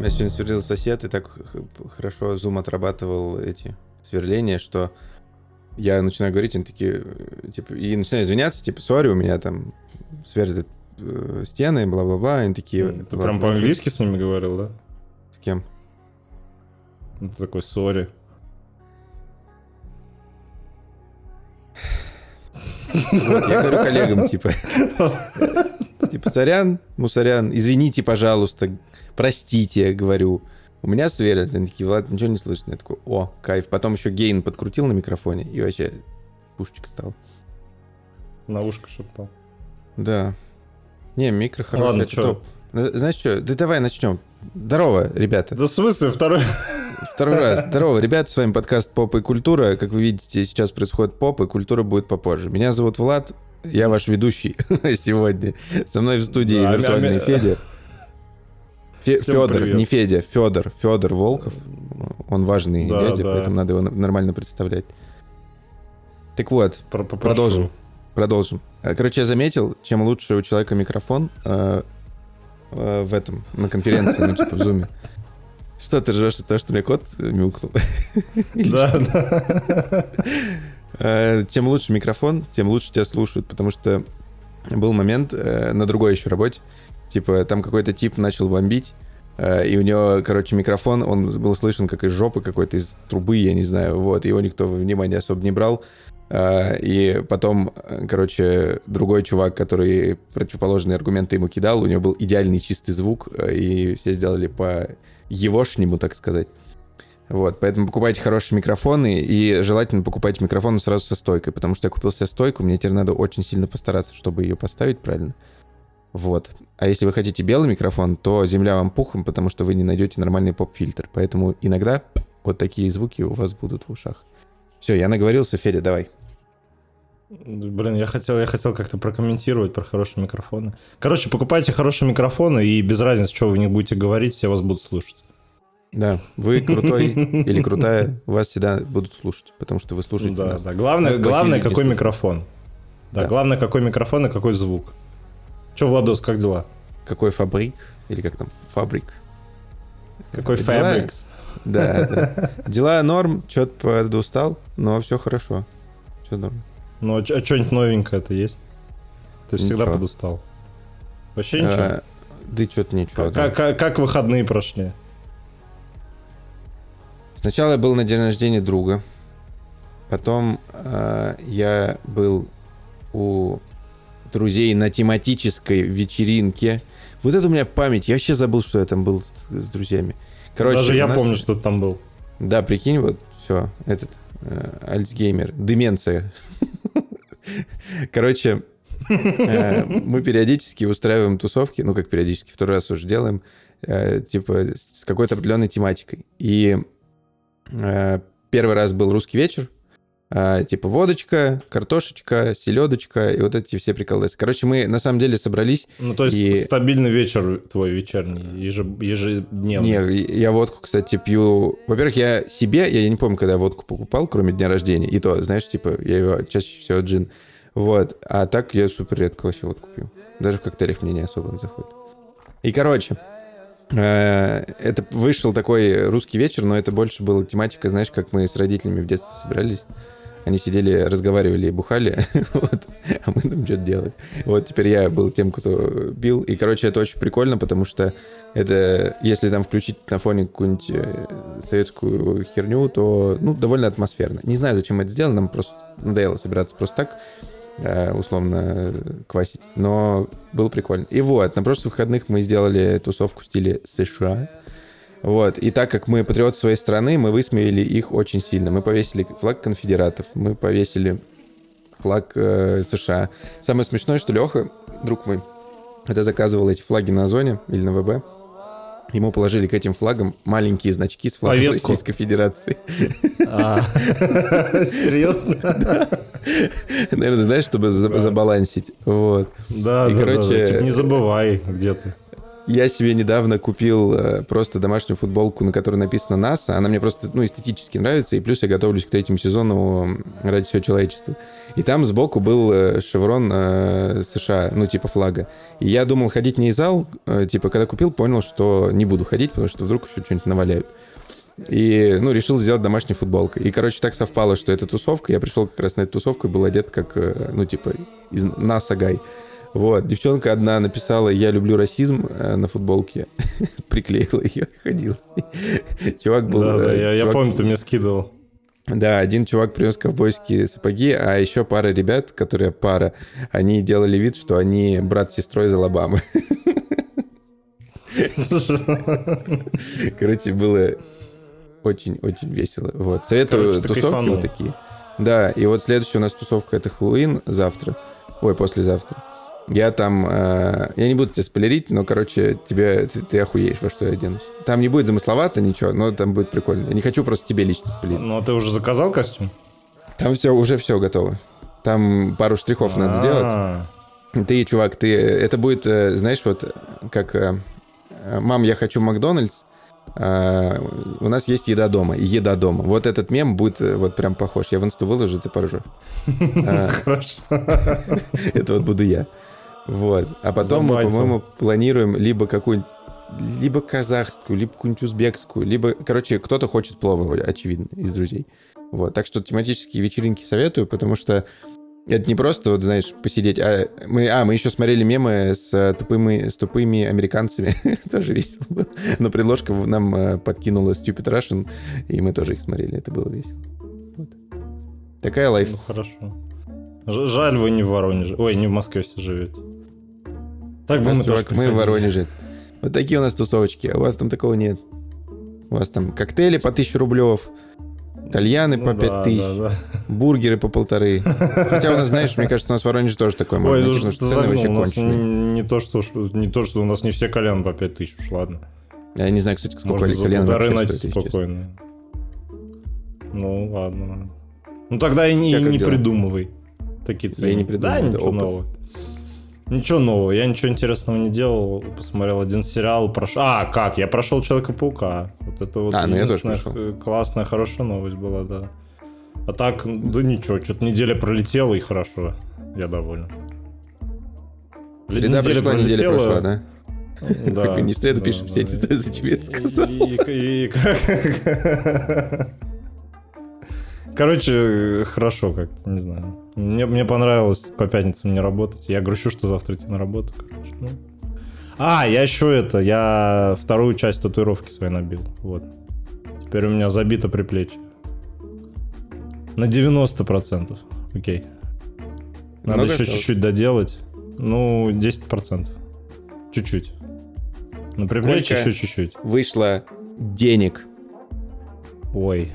меня сегодня сверлил сосед, и так хорошо зум отрабатывал эти сверления, что я начинаю говорить, они такие, типа, и начинаю извиняться, типа, сори, у меня там сверлят стены, бла-бла-бла, они такие... Ты прям по-английски с ними говорил, да? С кем? Ну, ты такой, сори. Вот, я говорю коллегам, типа, сорян, мусорян, извините, пожалуйста, простите, говорю. У меня сверлят, они такие, Влад, ничего не слышно. Я такой, о, кайф. Потом еще гейн подкрутил на микрофоне, и вообще пушечка стал. На ушко шептал. Да. Не, микро хороший, ладно, это топ. Знаешь что, да давай начнем. Здорово, ребята. Да в смысле, второй раз. Здорово, ребята, с вами подкаст «Поп и культура». Как вы видите, сейчас происходит поп, и культура будет попозже. Меня зовут Влад, я ваш ведущий сегодня. Со мной в студии виртуальный Федя. Федор, не Федя, Федор Волков. Он важный дядя, поэтому надо его нормально представлять. Так вот, продолжим. Короче, я заметил, чем лучше у человека микрофон в этом, на конференции, ну типа в зуме. Что ты ржешь от того, что мне кот мяукнул? Да. Чем лучше микрофон, тем лучше тебя слушают, потому что был момент на другой еще работе, типа там какой-то тип начал бомбить, и у него, короче, микрофон, он был слышен как из жопы какой-то, из трубы, я не знаю, вот, его никто внимания особо не брал. И потом, короче, другой чувак, который противоположные аргументы ему кидал, у него был идеальный чистый звук, и все сделали по егошнему, так сказать. Вот, поэтому покупайте хорошие микрофоны, и желательно покупайте микрофон сразу со стойкой, потому что я купил себе стойку, мне теперь надо очень сильно постараться, чтобы ее поставить правильно. Вот. А если вы хотите белый микрофон, то земля вам пухом, потому что вы не найдете нормальный поп-фильтр. Поэтому иногда вот такие звуки у вас будут в ушах. Все, я наговорился, Федя, давай. Блин, я хотел как-то прокомментировать про хорошие микрофоны. Короче, покупайте хорошие микрофоны, и без разницы, что вы не будете говорить, все вас будут слушать. Да, вы крутой или крутая, вас всегда будут слушать, потому что вы слушаете нас. Да. Главное какой микрофон. Да, главное, какой микрофон и какой звук. Че, Владос, как дела? Какой фабрик? Или как там? Фабрик. Какой фабрикс? Да. Дела норм, что-то подустал, но все хорошо. Все норм. Ну, а что-нибудь новенькое-то есть? Ты всегда подустал. Вообще ничего? Да что-то ничего. Как выходные прошли? Сначала я был на день рождения друга. Потом я был у друзей на тематической вечеринке. Вот это у меня память. Я вообще забыл, что я там был с друзьями. Короче, даже я помню, что ты там был. Да, прикинь, вот все, Альцгеймер, деменция. Короче, мы периодически устраиваем тусовки, ну как периодически, второй раз уже делаем, типа с какой-то определенной тематикой. И первый раз был русский вечер, типа водочка, картошечка, селедочка и вот эти все приколы. Короче, мы на самом деле собрались. Ну, то есть стабильный вечер твой вечерний, ежедневный. Не, я водку, кстати, пью. Во-первых, я не помню, когда я водку покупал, кроме дня рождения. И то, знаешь, типа, я его чаще всего джин. Вот. А так я супер редко вообще водку пью. Даже в коктейлях мне не особо не заходит. И, короче, это вышел такой русский вечер, но это больше была тематика, знаешь, как мы с родителями в детстве собирались. Они сидели, разговаривали и бухали, вот, а мы там что-то делали. Вот теперь я был тем, кто бил. И, короче, это очень прикольно, потому что это, если там включить на фоне какую-нибудь советскую херню, то, ну, довольно атмосферно. Не знаю, зачем это сделано, нам просто надоело собираться просто так, условно квасить. Но было прикольно. И вот, на прошлых выходных мы сделали тусовку в стиле США. Вот. И так как мы патриоты своей страны, мы высмеяли их очень сильно. Мы повесили флаг конфедератов, мы повесили флаг США. Самое смешное, что Леха, друг мой, это заказывал эти флаги на Озоне или на ВБ. Ему положили к этим флагам маленькие значки с флагом Российской Федерации. Серьезно? Наверное, знаешь, чтобы забалансить. Вот. Да, короче, не забывай, где ты. Я себе недавно купил просто домашнюю футболку, на которой написано НАСА. Она мне просто, эстетически нравится, и плюс я готовлюсь к 3-му сезону ради всего человечества. И там сбоку был шеврон США, типа флага. И я думал ходить не из зал, когда купил, понял, что не буду ходить, потому что вдруг еще что-нибудь наваляют. И, решил сделать домашней футболкой. И, так совпало, что это тусовка. Я пришел как раз на эту тусовку и был одет как, из НАСА Гай. Вот, девчонка одна написала «Я люблю расизм» на футболке, приклеила ее и ходила с ней. Чувак был... Да, я помню, ты мне скидывал. Да, один чувак принес ковбойские сапоги, а еще пара ребят, они делали вид, что они брат с сестрой из Алабамы. Короче, было очень-очень весело. Вот, советую тусовки вот такие. Да, и вот следующая у нас тусовка — это Хэллоуин послезавтра. Я там... я не буду тебе спойлерить, но, ты охуеешь, во что я оденусь. Там не будет замысловато ничего, но там будет прикольно. Я не хочу просто тебе лично спойлерить. Ну, а ты уже заказал костюм? Там уже все готово. Там пару штрихов надо сделать. Ты, чувак, это будет, знаешь, вот как... «Мам, я хочу Макдональдс». У нас есть еда дома. Еда дома. Вот этот мем будет вот прям похож. Я в инсту выложу, ты поржешь. Хорошо. Это вот буду я. Вот. А потом мы, по-моему, планируем либо казахскую, либо какую-нибудь узбекскую, либо, кто-то хочет плова, очевидно, из друзей. Вот. Так что тематические вечеринки советую, потому что это не просто, вот, знаешь, посидеть. Мы еще смотрели мемы с тупыми американцами. Тоже весело было. Но предложка нам подкинула Stupid Russian, и мы тоже их смотрели. Это было весело. Вот. Такая лайф. Ну, хорошо. Жаль, вы не в Воронеже. Ой, не в Москве все живете. Так бы мы тоже мы в Воронеже. Вот такие у нас тусовочки. А у вас там такого нет. У вас там коктейли по 1000 рублев, кальяны по 5000, бургеры по 1500. Хотя у нас, знаешь, мне кажется, у нас в Воронеже тоже такое. Ой, потому что цены вообще конченые. Не то, что у нас не все кальяны по 5000, уж ладно. Я не знаю, кстати, сколько кальяны вообще стоит. Спокойно. Ну, ладно. Ну, тогда и не придумывай такие цены. Я не придумываю. Да, ничего нового. Ничего нового. Я ничего интересного не делал. Посмотрел один сериал. Я прошел Человека-паука. Вот это вот единственная классная, хорошая новость была, да. А так, да ничего, что-то неделя пролетела, и хорошо. Я доволен. Неделя прошла, да? Да. Не в среду пишем сеть, зачем я это сказал? Короче, хорошо как-то, не знаю. Мне понравилось по пятницам не работать. Я грущу, что завтра идти на работу, короче. Я вторую часть татуировки своей набил. Вот. Теперь у меня забито приплечье. На 90%. Окей. Надо много еще осталось? чуть-чуть доделать. 10%. Чуть-чуть. На приплечье еще чуть-чуть. Вышло денег. Ой.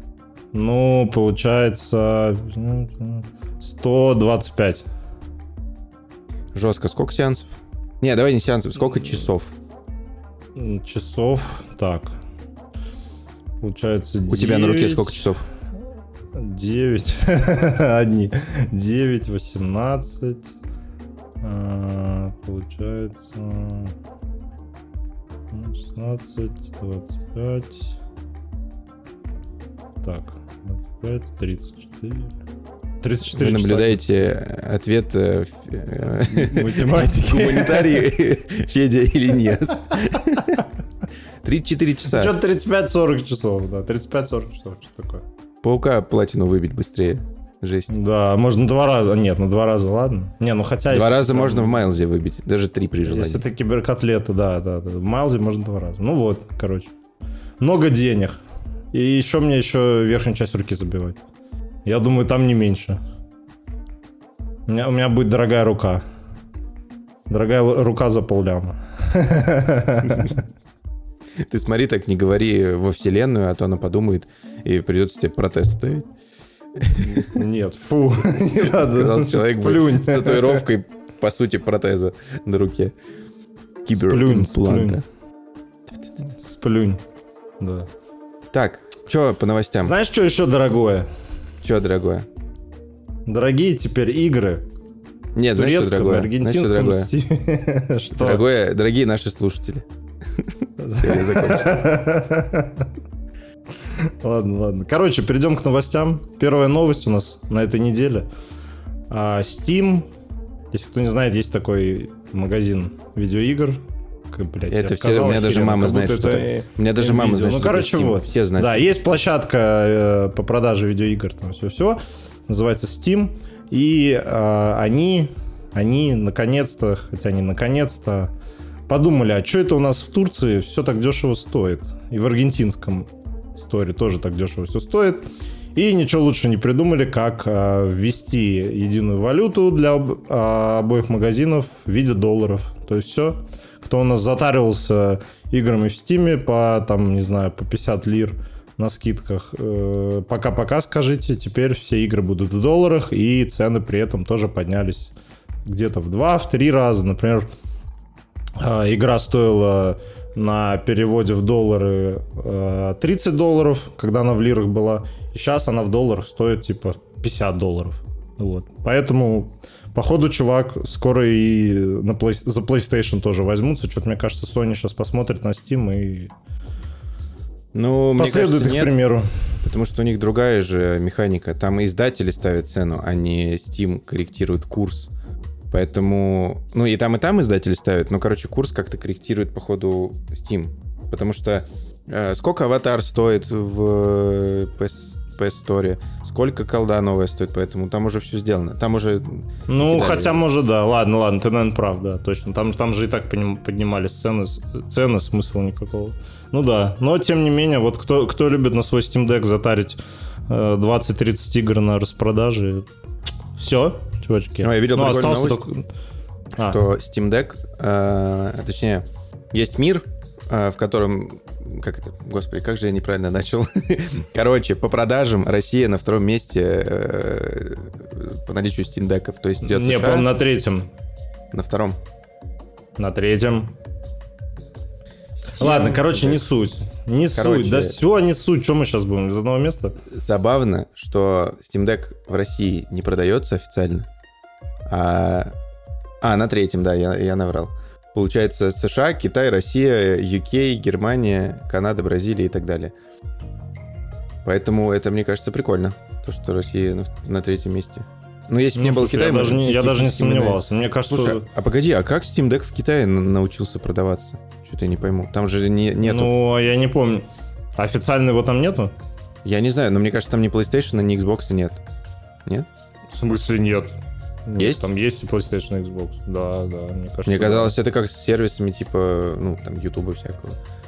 Получается 125. Жестко. Сколько сеансов? Не, давай не сеансов. Сколько часов? Часов. Так. Получается 9... У тебя на руке сколько часов? 9. Одни. 9, 18. Получается 16, 25. Так, 25, 34. 34 Вы наблюдаете ответ математики. Гуманитарий Федя или нет? 34 часа. Что-то 35-40 часов, да. 35-40 часов, что такое. Паука платину выбить быстрее. Жесть. Да, можно 2 раза. Нет, 2 раза, ладно. хотя... 2 раза можно в Майлзе выбить. Даже 3 при желании. Если это киберкотлеты, да. В Майлзе можно 2 раза. Ну вот, короче. Много денег. И еще мне верхнюю часть руки забивать. Я думаю, там не меньше. У меня будет дорогая рука. Дорогая рука за полляма. Ты смотри, так не говори во вселенную, а то она подумает, и придется тебе протез ставить. Нет, фу, не надо. Сказал человек с татуировкой, по сути, протеза на руке. Киберимпланта. Сплюнь. Да. Так, что по новостям? Знаешь, что еще дорогое? Что дорогое? Дорогие теперь игры Нет, знаешь, что турецком, дорогое? аргентинском Знаешь, что стиле. Что? Дорогое, дорогие наши слушатели. Всё, я закончил. Ладно. Короче, перейдем к новостям. Первая новость у нас на этой неделе. Steam, если кто не знает, есть такой магазин видеоигр. Блядь, это все, у меня даже мама знает, что это. У меня даже мама знает, что короче, Steam. вот. Все знают. Да, есть площадка по продаже видеоигр, там все. Называется Steam. И они наконец-то, хотя не наконец-то, подумали, а что это у нас в Турции все так дешево стоит? И в аргентинском сторе тоже так дешево все стоит. И ничего лучше не придумали, как ввести единую валюту для обоих магазинов в виде долларов. То есть все. Кто у нас затаривался играми в Стиме по, там, не знаю, по 50 лир на скидках, пока-пока скажите, теперь все игры будут в долларах, и цены при этом тоже поднялись где-то в 2-3 раза. Например, игра стоила на переводе в доллары $30, когда она в лирах была, и сейчас она в долларах стоит типа $50. Вот. Поэтому, походу, чувак скоро и за PlayStation тоже возьмутся. Что-то, мне кажется, Sony сейчас посмотрит на Steam и последует их примеру. Потому что у них другая же механика. Там издатели ставят цену, а не Steam корректирует курс. Поэтому... Ну, и там издатели ставят, но, короче, курс как-то корректирует, походу, Steam. Потому что сколько аватар стоит в PS Store, сколько колда новая стоит, поэтому там уже все сделано. Там уже... Ну, хотя, может, да. Ладно, ты, наверное, прав, да, точно. Там же и так поднимались цены, смысла никакого. Ну да, но, тем не менее, вот кто любит на свой Steam Deck затарить 20-30 игр на распродаже, все, чувачки. Ну, я видел прикольную новость, только... что Steam Deck, точнее, есть мир, в котором... Как это? Господи, как же я неправильно начал. Короче, по продажам Россия на втором месте по наличию Steam Deck'ов. То есть идет Не, США. по-моему, на третьем. На втором. На третьем. Steam Ладно, короче, Deck. не суть. Да все, не суть. Что мы сейчас будем? Из одного места? Забавно, что Steam Deck в России не продается официально. На третьем, да, я наврал. Получается, США, Китай, Россия, UK, Германия, Канада, Бразилия и так далее. Поэтому это, мне кажется, прикольно. То, что Россия на третьем месте. Ну, если бы не было Китая... Я даже не сомневался. Мне кажется... Слушай, погоди, а как Steam Deck в Китае научился продаваться? Что-то я не пойму. Там же нету... Ну, я не помню. Официально его там нету? Я не знаю, но мне кажется, там ни PlayStation, ни Xbox нет. Нет? В смысле нет? Есть? Там есть и PlayStation, и Xbox. Да, мне кажется. Мне казалось, это как с сервисами типа, ну, там, YouTube всякого.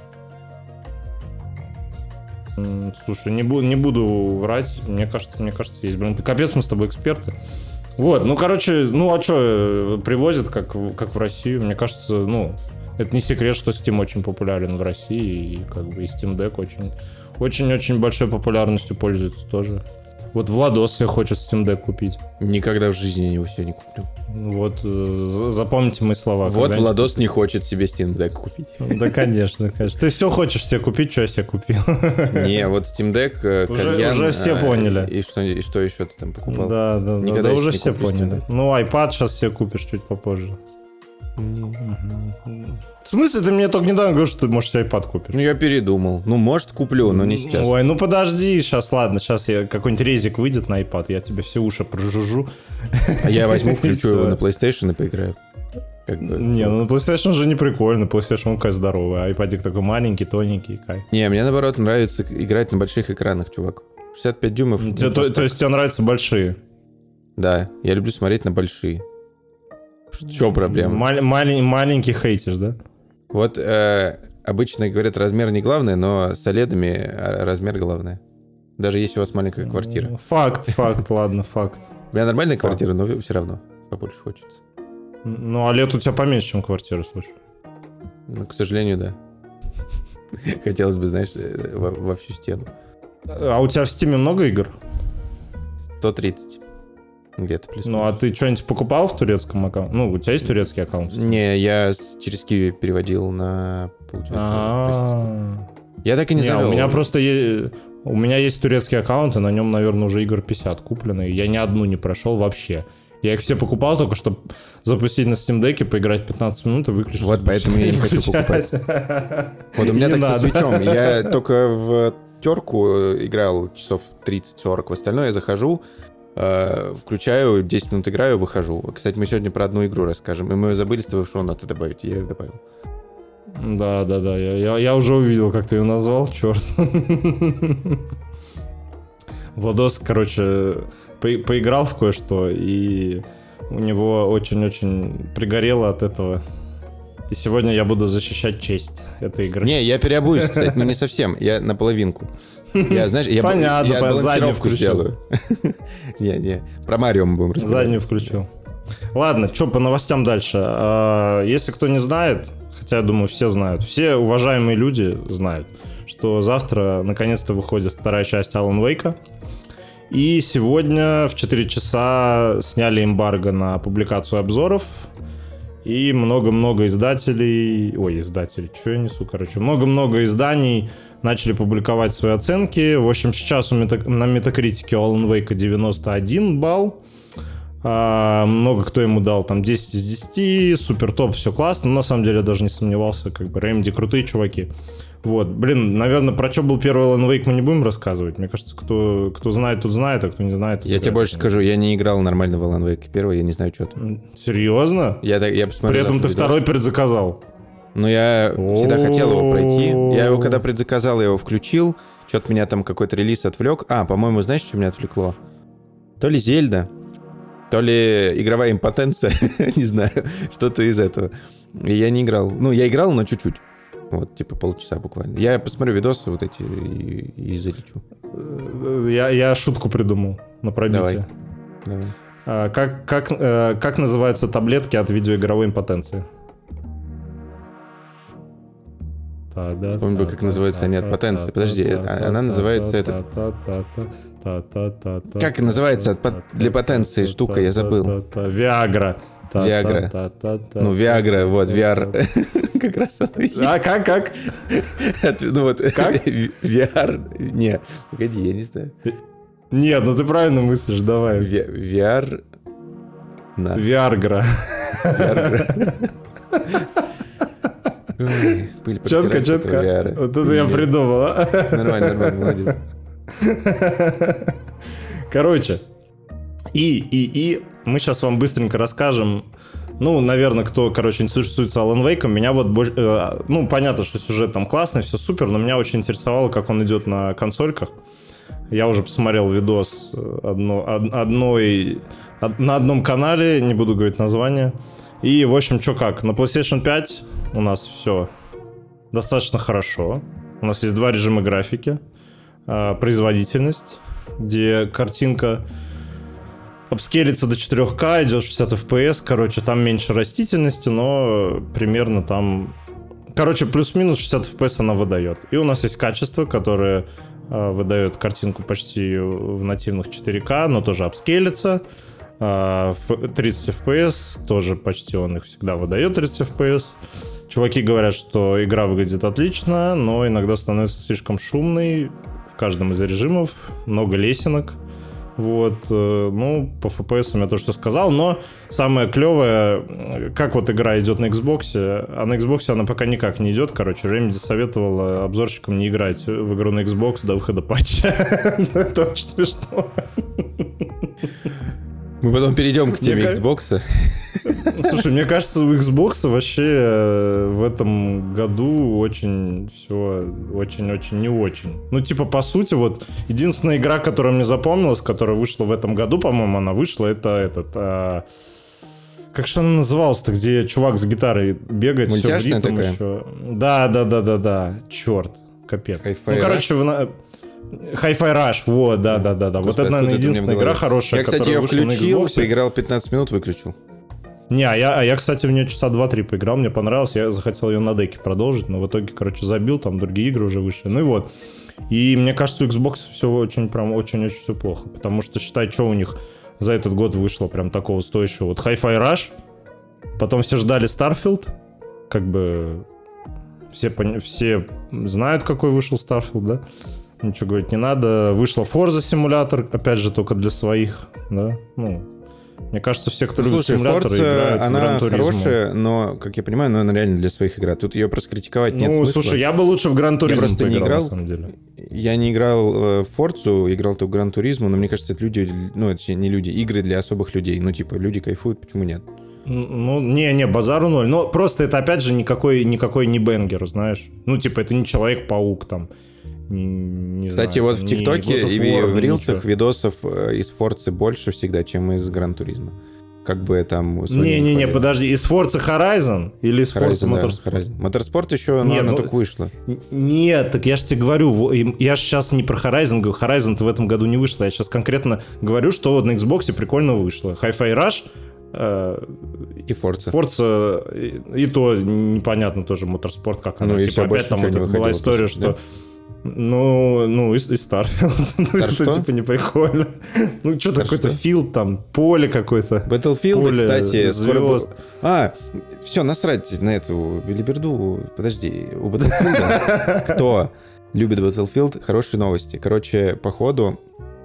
Слушай, не буду врать. Мне кажется, есть. Блин, капец, мы с тобой эксперты. Вот, ну, короче, а что, привозят, как в Россию. Мне кажется, это не секрет, что Steam очень популярен в России. И как бы и Steam Deck очень-очень большой популярностью пользуется тоже. Вот Владос себе хочет Steam Deck купить. Никогда в жизни его себе не куплю. Вот, запомните мои слова. Вот Владос не хочет себе Steam Deck купить. Да, конечно. Ты все хочешь себе купить, что я себе купил. Не, вот Steam Deck, кальян... Уже все поняли. И что еще ты там покупал? Да, Никогда уже не все куплю Steam поняли. Deck. Ну, iPad сейчас себе купишь чуть попозже. В смысле, ты мне только недавно говорил, что ты, может, себе iPad купишь? Ну, я передумал. Ну, может, куплю, но не сейчас. Ой, ну подожди, сейчас я какой-нибудь резик выйдет на iPad, я тебе все уши прожужжу. А я возьму, включу его на PlayStation и поиграю. Не, на PlayStation же не прикольно, PlayStation какая здоровая, а iPadик такой маленький, тоненький, кайф. Не, мне наоборот нравится играть на больших экранах, чувак. 65 дюймов. То есть тебе нравятся большие? Да, я люблю смотреть на большие. Что проблема? Маленький хейтишь, да? Вот обычно говорят, размер не главное, но с OLED размер главное. Даже если у вас маленькая квартира. Факт, ладно, факт. У меня нормальная квартира, но все равно побольше хочется. Ну, OLED у тебя поменьше, чем квартира, слушай. Ну, к сожалению, да. Хотелось бы, знаешь, во всю стену. А у тебя в Steam много игр? 130. Где-то плюс. Ну, а ты что-нибудь покупал в турецком аккаунте? Ну, у тебя есть турецкий аккаунт? Не, я через Киви переводил на, получается, я так и не завел. У меня просто у меня есть турецкий аккаунт, и на нем, наверное, уже игр 50 куплено, и я ни одну не прошел вообще. Я их все покупал только, чтобы запустить на Steam Deck, поиграть 15 минут и выключить. Вот поэтому я не хочу покупать. Вот у меня так со свитчом. Я только в терку играл часов 30-40. В остальное я захожу, включаю, 10 минут играю, выхожу. Кстати, мы сегодня про одну игру расскажем. И мы ее забыли с тобой в шоу-ноты добавить. Я ее добавил. Да. Я уже увидел, как ты ее назвал, черт. Владос, короче, поиграл в кое-что, и у него очень-очень пригорело от этого. И сегодня я буду защищать честь этой игры. Не, я переобуюсь, кстати, но не совсем. Я наполовинку. Я, знаешь, я балансировку сделаю. Не, про Марио мы будем рассказывать. Заднюю включил. Ладно, что по новостям дальше. Если кто не знает, хотя, я думаю, все знают, все уважаемые люди знают, что завтра наконец-то выходит вторая часть Alan Wake'а. И сегодня в 4 часа сняли эмбарго на публикацию обзоров. И много-много издателей... что я несу, короче. Много-много изданий начали публиковать свои оценки. В общем, сейчас на Metacritic у Alan Wake'а 91 балл. Много кто ему дал там 10 из 10, супер топ, все классно. Но на самом деле я даже не сомневался, как бы Remedy крутые чуваки. Вот, блин, наверное, про что был первый Alan Wake мы не будем рассказывать. Мне кажется, кто знает, тот знает, а кто не знает, тот я тебе больше скажу, я не играл нормально в Alan Wake первый, я не знаю, что там. Серьезно? Я посмотрел. При этом ты второй предзаказал. Ну, я всегда хотел его пройти. Я его, когда предзаказал, я его включил. Что-то меня там какой-то релиз отвлек. По-моему, знаешь, что меня отвлекло? То ли Зельда, то ли игровая импотенция. Не знаю, что-то из этого. И я не играл. Ну, я играл, но чуть-чуть. Вот, типа полчаса буквально. Я посмотрю видосы вот эти и залечу. Я шутку придумал на пробитие. Давай. Как называются таблетки от видеоигровой импотенции? Помню бы, как называются они от потенции. Подожди, она называется этот... Как называется для потенции штука, я забыл. Виагра. Ну, Виагра, вот, VR. Как раз оно и есть. Как? Ну вот, как? VR... Не, погоди, я не знаю. Нет, ну ты правильно мыслишь, давай. VR... Виагра. Четко. Вот это я придумал. Нормально, молодец. Короче, и мы сейчас вам быстренько расскажем. Ну, наверное, кто, интересуется Alan Wake'ом, меня вот больше... Ну, понятно, что сюжет там классный, все супер, но меня очень интересовало, как он идет на консольках. Я уже посмотрел видос на одном канале, не буду говорить название. И, в общем, что как. На PlayStation 5 у нас все достаточно хорошо. У нас есть 2 режима графики. Производительность, где картинка апскейлится до 4К, идет 60 FPS. Короче, там меньше растительности, но примерно там... Короче, плюс-минус 60 FPS она выдает. И у нас есть качество, которое выдает картинку почти в нативных 4К, но тоже апскейлится. 30 FPS, тоже почти он их всегда выдает 30 FPS. Чуваки говорят, что игра выглядит отлично, но иногда становится слишком шумной в каждом из режимов, много лесенок. Вот, ну, по FPS я то, что сказал, но самое клевое, как вот игра идет на Xbox, а на Xbox она пока никак не идет, короче, Remedy советовал обзорщикам не играть в игру на Xbox до выхода патча. Это очень смешно. Мы потом перейдем к теме Xbox. Слушай, мне кажется, у Xbox вообще в этом году очень все очень-очень не очень. Ну, типа, по сути, вот единственная игра, которая мне запомнилась, которая вышла в этом году, по-моему, она вышла, это как же она называлась-то, где чувак с гитарой бегает, все в ритм еще. Да. Черт, капец. Hi-Fi короче, Hi-Fi Rush, вот, да. Вот это, наверное, единственная игра хорошая, которая вышла на Xbox. Я, кстати, ее включил, поиграл 15 минут, выключил. Не, я, кстати, в нее часа 2-3 поиграл, мне понравилось, я захотел ее на деке продолжить, но в итоге, забил, там другие игры уже вышли, ну и вот. И мне кажется, у Xbox все очень-очень все плохо, потому что, считай, что у них за этот год вышло прям такого стоящего. Вот Hi-Fi Rush, потом все ждали Starfield, как бы все знают, какой вышел Starfield, да? Ничего говорить не надо. Вышла Forza симулятор, опять же, только для своих, да, ну, Мне кажется, все, кто любит Слушай, симуляторы, Forza, играют в она Gran Turismo. хорошая, но, как я понимаю, она реально для своих игр. Тут ее просто критиковать нет смысла. Слушай, я бы лучше в Gran Turismo просто не играл. на самом деле. Я не играл в Forza, играл только в Gran Turismo, но мне кажется, это люди, ну, это не люди, игры для особых людей. Ну, типа, люди кайфуют, почему нет? Ну, не, базару ноль. Но просто это, опять же, никакой не бенгер, знаешь. Ну, типа, это не Человек-паук там. Не Кстати, знаю, вот в ТикТоке и в Рилсах ничего. видосов из Forza больше всегда, чем из Gran Turismo. Как бы там... Не, подожди, из Forza Horizon или из Forza Motorsport? Horizon. Motorsport еще, но Нет, она ну, только вышла. Нет, так я же тебе говорю, я же сейчас не про Horizon говорю, Horizon-то в этом году не вышла, я сейчас конкретно говорю, что вот на Xbox прикольно вышло. Hi-Fi Rush, и Forza. Forza, и то непонятно тоже Motorsport, как она. Ну, типа опять там вот была история, что... Да? Ну, и Starfield. Это типа не прикольно. Ну, что-то какой-то филд там, поле какое-то. Battlefield, кстати, звезд. Все, насрать на эту билиберду. Подожди, у Battlefield, кто любит Battlefield, хорошие новости. Короче, походу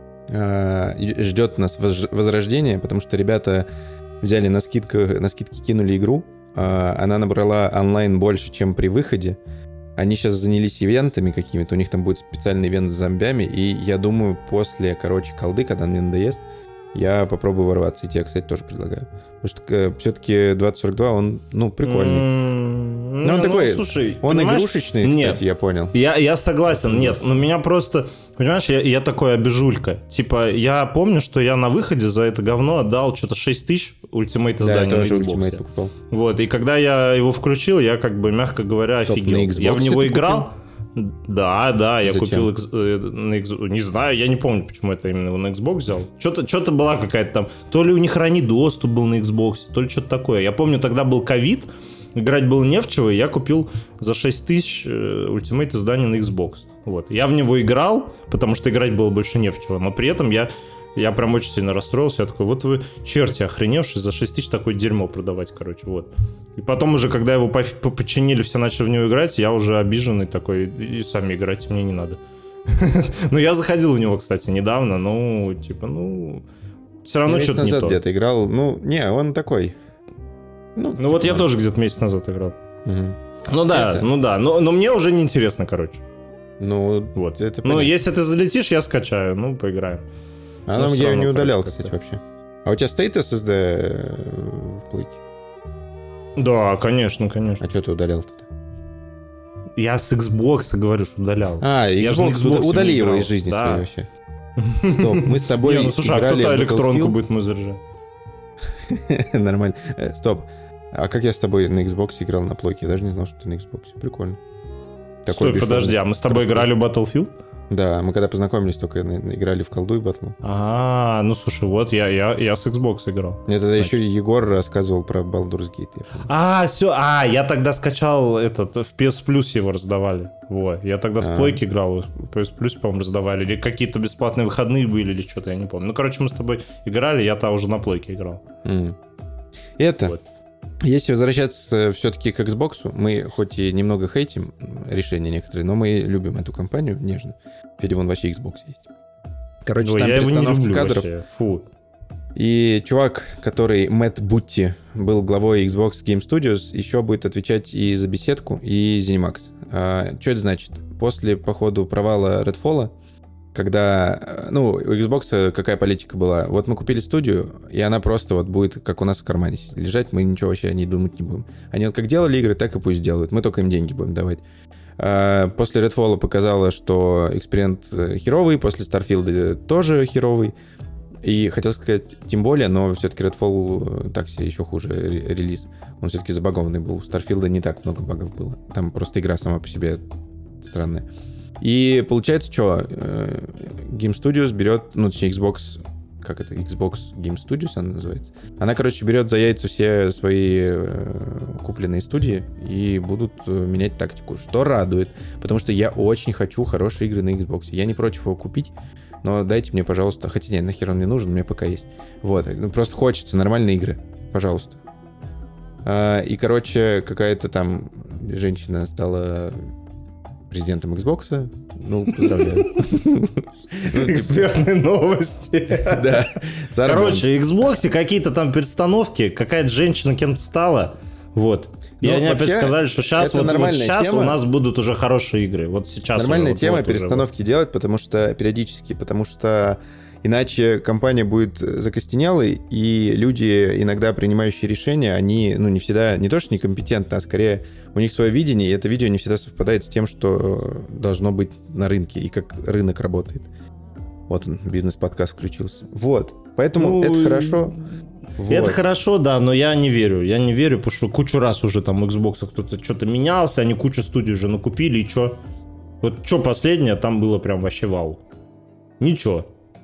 ждет нас возрождение, потому что ребята взяли на скидки кинули игру. Она набрала онлайн больше, чем при выходе. Они сейчас занялись ивентами какими-то, у них там будет специальный ивент с зомбями, и я думаю, после, колды, когда мне надоест, я попробую ворваться. И тебе, кстати, тоже предлагаю. Потому что все-таки 2042, он, прикольный. Он такой, слушай, он игрушечный, нет, кстати, я понял. Я согласен, нет, но меня просто... Понимаешь, я такой обижулька. Типа, я помню, что я на выходе за это говно отдал что-то 6 тысяч ультимейт издания на Xbox. Ультимейт покупал. Вот, и когда я его включил, я как бы, мягко говоря, офигел. Я в него играл. Да, я купил не знаю, я не помню, почему это именно на Xbox взял. Что-то была какая-то там, то ли у них ранний доступ был на Xbox, то ли что-то такое. Я помню, тогда был ковид, играть было не в чего, и я купил за 6 тысяч ультимейт издания на Xbox. Вот. Я в него играл, потому что играть было больше не в чего, но при этом я прям очень сильно расстроился. Я такой, вот вы черти охреневшие, за 6 тысяч такое дерьмо продавать, короче, вот. И потом уже, когда его починили, все начали в него играть, я уже обиженный такой, и сами играйте мне не надо. Ну, я заходил в него, кстати, недавно, все равно что-то не то. Месяц назад где-то играл, он такой. Ну, вот я тоже где-то месяц назад играл. Ну да, но мне уже неинтересно, короче. Ну, вот, это понятно. Ну, если ты залетишь, я скачаю, поиграем. Я ее не удалял, кстати, вообще. А у тебя стоит SSD в плейке? Да, конечно. А что ты удалял тогда? Я с Xbox говорю, что удалял. Xbox удали его из жизни своей вообще. Стоп, мы с тобой играли в слушай, а кто-то электронку будет мой заряжать. Нормально. Стоп. А как я с тобой на Xbox играл на плойке? Я даже не знал, что ты на Xbox. Прикольно. Стой, подожди, а мы с тобой играли в Battlefield? Да, мы когда познакомились, только играли в колду и батл. Слушай, вот я с Xbox играл. Мне тогда еще Егор рассказывал про Baldur's Gate. Все, я тогда скачал в PS Plus его раздавали. Вот, я тогда с плойки играл, в PS Plus, по-моему, раздавали. Или какие-то бесплатные выходные были, или что-то, я не помню. Мы с тобой играли, я-то уже на плойке играл. Вот. Если возвращаться все-таки к Xbox, мы хоть и немного хейтим решения некоторые, но мы любим эту компанию нежно. Впереди вон вообще Xbox есть. Короче, там перестановка кадров. Вообще. Фу. И чувак, который Мэтт Бутти, был главой Xbox Game Studios, еще будет отвечать и за беседку, и ZeniMax. Что это значит? После, походу, провала Redfall, когда, у Xbox какая политика была? Вот мы купили студию, и она просто вот будет, как у нас в кармане лежать, мы ничего вообще о ней думать не будем. Они вот как делали игры, так и пусть делают. Мы только им деньги будем давать. После Redfall показало, что эксперимент херовый, после Starfield тоже херовый. И хотел сказать, тем более, но все-таки Redfall так себе еще хуже релиз. Он все-таки забагованный был. У Starfield не так много багов было. Там просто игра сама по себе странная. И получается, что Game Studios берет, точнее Xbox, Xbox Game Studios она называется. Она, берет за яйца все свои купленные студии и будут менять тактику, что радует, потому что я очень хочу хорошие игры на Xbox. Я не против его купить, но дайте мне, пожалуйста, хотя нет, нахер он мне нужен, у меня пока есть. Вот, просто хочется нормальные игры, пожалуйста. И, какая-то там женщина стала президентом Xbox. Поздравляю. Экспертные новости. Да. Короче, Xbox какие-то там перестановки, какая-то женщина кем-то стала, вот. И они опять сказали, что сейчас вот сейчас у нас будут уже хорошие игры. Вот сейчас. Нормальная тема перестановки делать, потому что периодически, потому что иначе компания будет закостенелой, и люди, иногда принимающие решения, они, не всегда, не то что некомпетентны, а скорее у них свое видение, и это видео не всегда совпадает с тем, что должно быть на рынке, и как рынок работает. Вот он, бизнес-подкаст включился. Вот, поэтому это хорошо. Вот. Это хорошо, да, но я не верю. Я не верю, потому что кучу раз уже там Xbox кто-то что-то менялся, они кучу студий уже накупили, и что? Вот что последнее, там было прям вообще вау. Ничего.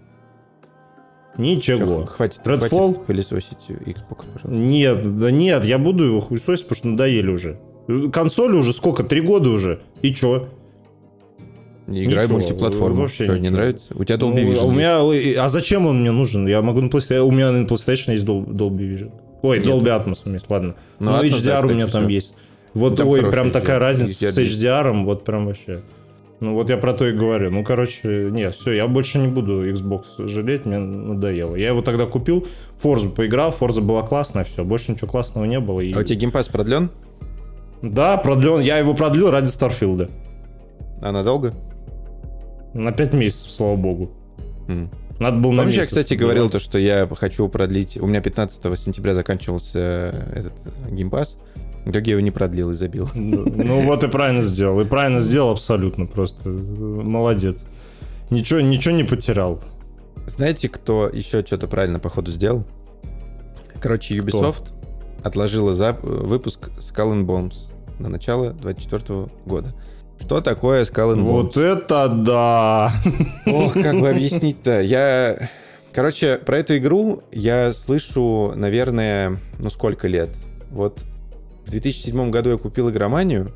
Хватит пылесосить Xbox, пожалуйста. Нет, я буду его хуесосить, потому что надоели уже. Консоли уже сколько? 3 года уже. И чё? Играй в мультиплатформу. Вообще что, не нравится? У тебя Dolby Vision. А зачем он мне нужен? Я могу на PlayStation. У меня на PlayStation есть Dolby Vision. Ой, Dolby Atmos у меня есть, ладно. Но HDR у меня там есть. Вот, прям такая разница с HDR, вот прям вообще. Вот я про то и говорю. Нет, все, я больше не буду Xbox жалеть, мне надоело. Я его тогда купил, Forza поиграл, Forza была классная, все, больше ничего классного не было. А у тебя геймпасс продлен? Да, продлен. Я его продлил ради Старфилда. А надолго? На 5 месяцев, слава богу. Надо было на месяц. Я, кстати, говорил то, что я хочу продлить. У меня 15 сентября заканчивался этот геймпасс. В итоге я его не продлил и забил. Вот и правильно сделал. И правильно сделал абсолютно просто. Молодец. Ничего не потерял. Знаете, кто еще что-то правильно, походу, сделал? Короче, Ubisoft отложила выпуск Skull and Bones на начало 2024 года. Что такое Skull and Bones? Вот это да! Ох, как бы объяснить-то? Короче, про эту игру я слышу, наверное, сколько лет? Вот в 2007 году я купил игроманию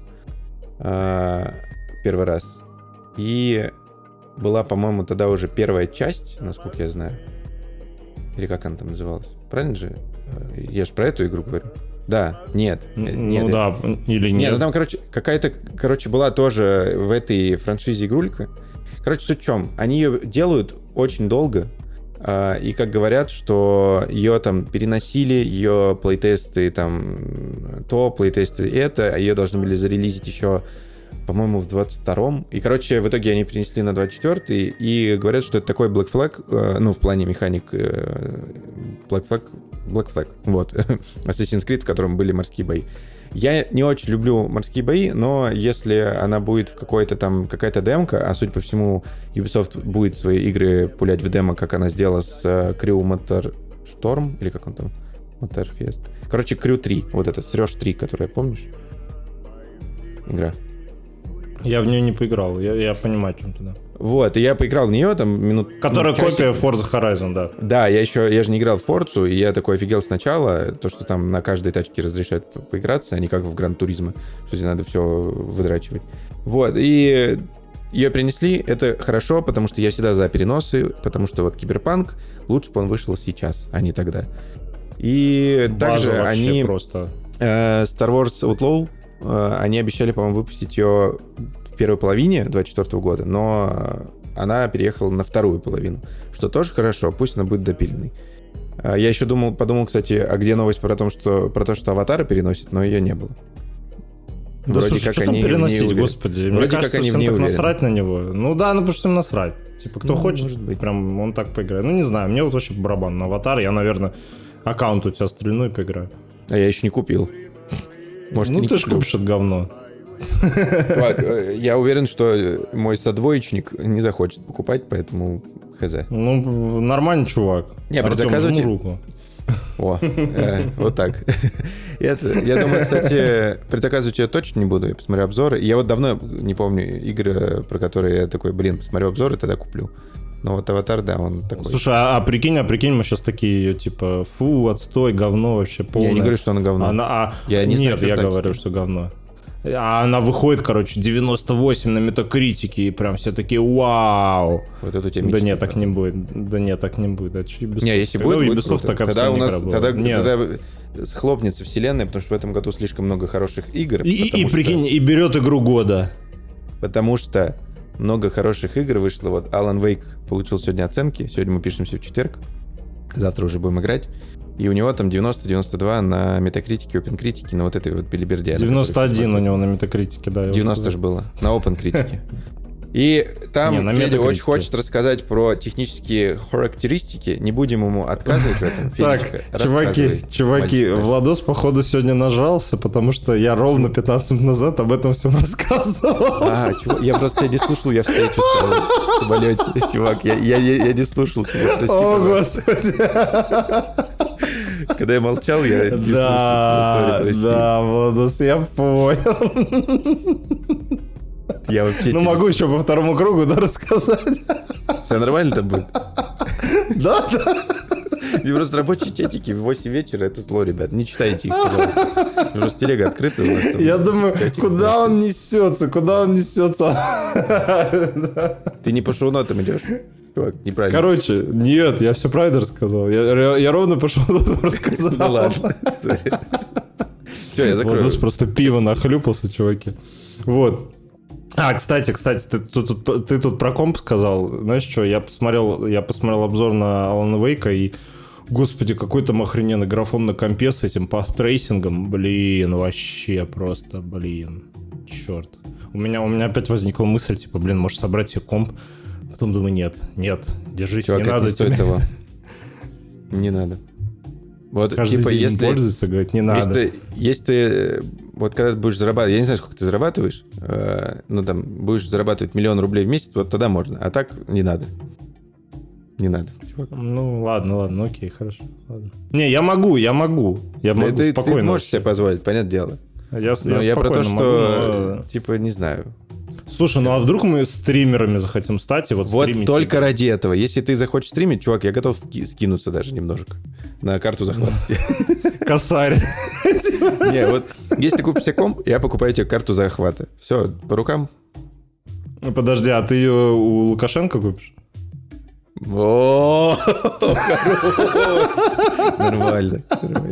первый раз. И была, по-моему, тогда уже первая часть, насколько я знаю. Или как она там называлась? Правильно же? Я же про эту игру говорю. Да, нет. Да, или нет. Нет, там, какая-то, была тоже в этой франшизе игрулька. Суть в чем? Они ее делают очень долго. И как говорят, что ее там переносили, ее плейтесты там плейтесты это, а ее должны были зарелизить еще, по-моему, в 22-м. И, в итоге они перенесли на 24-й, и говорят, что это такой Black Flag, в плане механик Black Flag, вот, Assassin's Creed, в котором были морские бои. Я не очень люблю морские бои, но если она будет в какая-то демка, а судя по всему, Ubisoft будет свои игры пулять в демо, как она сделала с Crew Motorstorm, или как он там, Motorfest. Crew 3, вот это, Срёж 3, которая, помнишь? Игра. Я в нее не поиграл, я понимаю, о чем ты, да. Вот, и я поиграл в нее, там, минут... Которая копия Forza Horizon, да. Да, я же не играл в Forza, и я такой офигел сначала, то, что там на каждой тачке разрешают поиграться, а не как в Gran Turismo, что тебе надо все выдрачивать. Вот, и ее принесли, это хорошо, потому что я всегда за переносы, потому что вот Киберпанк, лучше бы он вышел сейчас, а не тогда. И также они... просто. Star Wars Outlaw, они обещали, по-моему, выпустить ее в первой половине 2024 года, но она переехала на вторую половину, что тоже хорошо, пусть она будет допиленной. Я еще подумал, кстати, а где новость про то, что Аватара переносит, но ее не было. Да вроде слушай, как что они там переносить, господи? Вроде мне кажется, как они всем так насрать на него. Потому что им насрать. Типа, кто хочет, может быть, прям он так поиграет. Не знаю, мне вот вообще барабан на Аватар, я, наверное, аккаунт у тебя стрельну и поиграю. А я еще не купил. Может, ты ж купишь это говно. Чувак, я уверен, что мой содвоечник не захочет покупать, поэтому хз. Нормальный чувак. Не, предзаказывайте руку. Вот так. Я думаю, кстати, предзаказывать я точно не буду, я посмотрю обзоры. Я вот давно не помню игры, про которые я такой, посмотрю обзоры, тогда куплю. Но вот Аватар, да, он такой. Слушай, а прикинь, мы сейчас такие, типа, отстой, говно вообще полное. Я не говорю, что она говно. Нет, я говорю, что говно. А она выходит, 98 на метакритике, и прям все такие вау. Вот это у тебя Да нет, так не будет. Ubisoft. Не, если будет Ubisoft, круто. Тогда у нас схлопнется вселенная, потому что в этом году слишком много хороших игр. И прикинь, и берет игру года. Потому что много хороших игр вышло. Вот Alan Wake получил сегодня оценки. Сегодня мы пишемся в четверг. Завтра уже будем играть. И у него там 90-92 на метакритике, OpenCritic, на вот этой вот билиберде. 91 у него на метакритике, да. 90 же было, на OpenCritic. И там Федя очень хочет рассказать про технические характеристики. Не будем ему отказывать в этом. Так, чуваки, Владос, походу, сегодня нажрался, потому что я ровно 15 минут назад об этом всем рассказывал. Я просто тебя не слушал, я встречу сказал в самолете. Чувак, я не слушал тебя, прости, О, Господи. Когда я молчал, я не слушал. Да, Владос, я понял. Я вообще могу еще по второму кругу, да, рассказать. Все нормально там будет? Да. И просто рабочие чатики в 8 вечера, это зло, ребят. Не читайте их, пожалуйста. Просто телега открыта. Я думаю, куда он несется? Ты не по шоу-нотам идешь. Чувак, неправильно. Короче, нет, я все правильно рассказал. Я ровно по шоу-нотам рассказал. Ну ладно. Все, я закрою. Владос просто пиво нахлюпался, чуваки. Вот. Кстати, ты тут про комп сказал. Знаешь что, я посмотрел обзор на Alan Wake, и, господи, какой там охрененный графон на компе с этим паth-трейсингом. Блин, вообще просто, черт. У меня опять возникла мысль, типа, может собрать себе комп. Потом думаю, нет, держись, чувак, не надо тебе. Этого. Не надо. Вот, каждый типа, день если пользуется, говорит, не надо. Если ты вот когда ты будешь зарабатывать, я не знаю, сколько ты зарабатываешь, будешь зарабатывать 1 000 000 рублей в месяц, вот тогда можно, а так не надо. Не надо, чувак. Ну, ладно, окей, хорошо. Ладно. Не, я могу спокойно. Ты можешь себе позволить, понятное дело. Я про то, что, типа, не знаю. Слушай, а вдруг мы стримерами захотим стать? И вот только ради этого. Если ты захочешь стримить, чувак, я готов скинуться даже немножко на карту захвата. Косарь. Не, вот если ты купишь себе комп, я покупаю тебе карту захвата. Все, по рукам. Ну, подожди, а ты ее у Лукашенко купишь? О, нормально.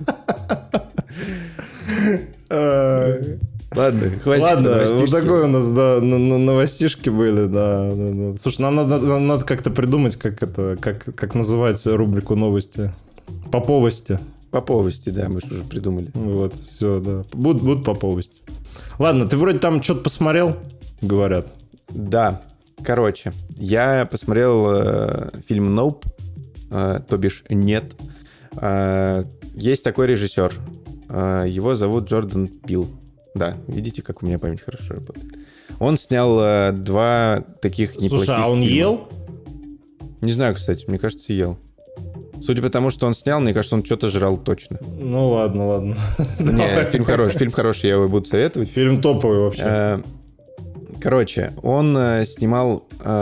Ладно, хватит. Ладно, вот такое у нас, да, новостишки были, да. Слушай, нам надо как-то придумать, как называть рубрику новости. Поповости. Поповости, да, мы же уже придумали. Вот, все, да. Будут поповости. Ладно, ты вроде там что-то посмотрел, говорят. Да, короче, я посмотрел фильм «Nope», то бишь «Нет». Есть такой режиссер, его зовут Джордан Пил. Да, видите, как у меня память хорошо работает. Он снял 2 таких неплохих. Слушай, а он ел? Не знаю, кстати, мне кажется, ел. Судя по тому, что он снял, мне кажется, он что-то жрал точно. Ну ладно. Не, фильм хороший, я его буду советовать. Фильм топовый вообще. Короче, он снимал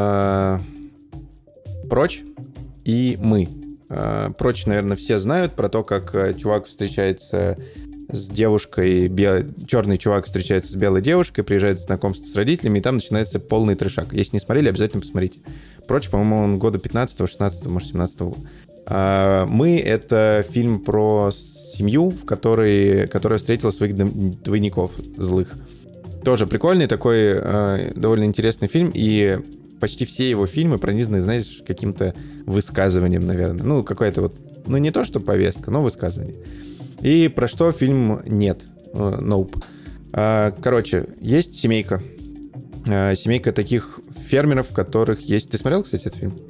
«Прочь» и «Мы». «Прочь», наверное, все знают про то, как чувак встречается с девушкой, черный чувак встречается с белой девушкой, приезжает знакомство с родителями, и там начинается полный трешак. Если не смотрели, обязательно посмотрите. «Прочь», по-моему, он года 15-го, 16-го, может, 17-го. «Мы» — это фильм про семью, которая встретила своих двойников злых. Тоже прикольный такой, довольно интересный фильм, и почти все его фильмы пронизаны, знаешь, каким-то высказыванием, наверное. Ну, какая-то вот, ну, не то, что повестка, но высказывание. И про что фильм «Нет», «Nope». Короче, есть семейка. Семейка таких фермеров, которых есть... Ты смотрел, кстати, этот фильм?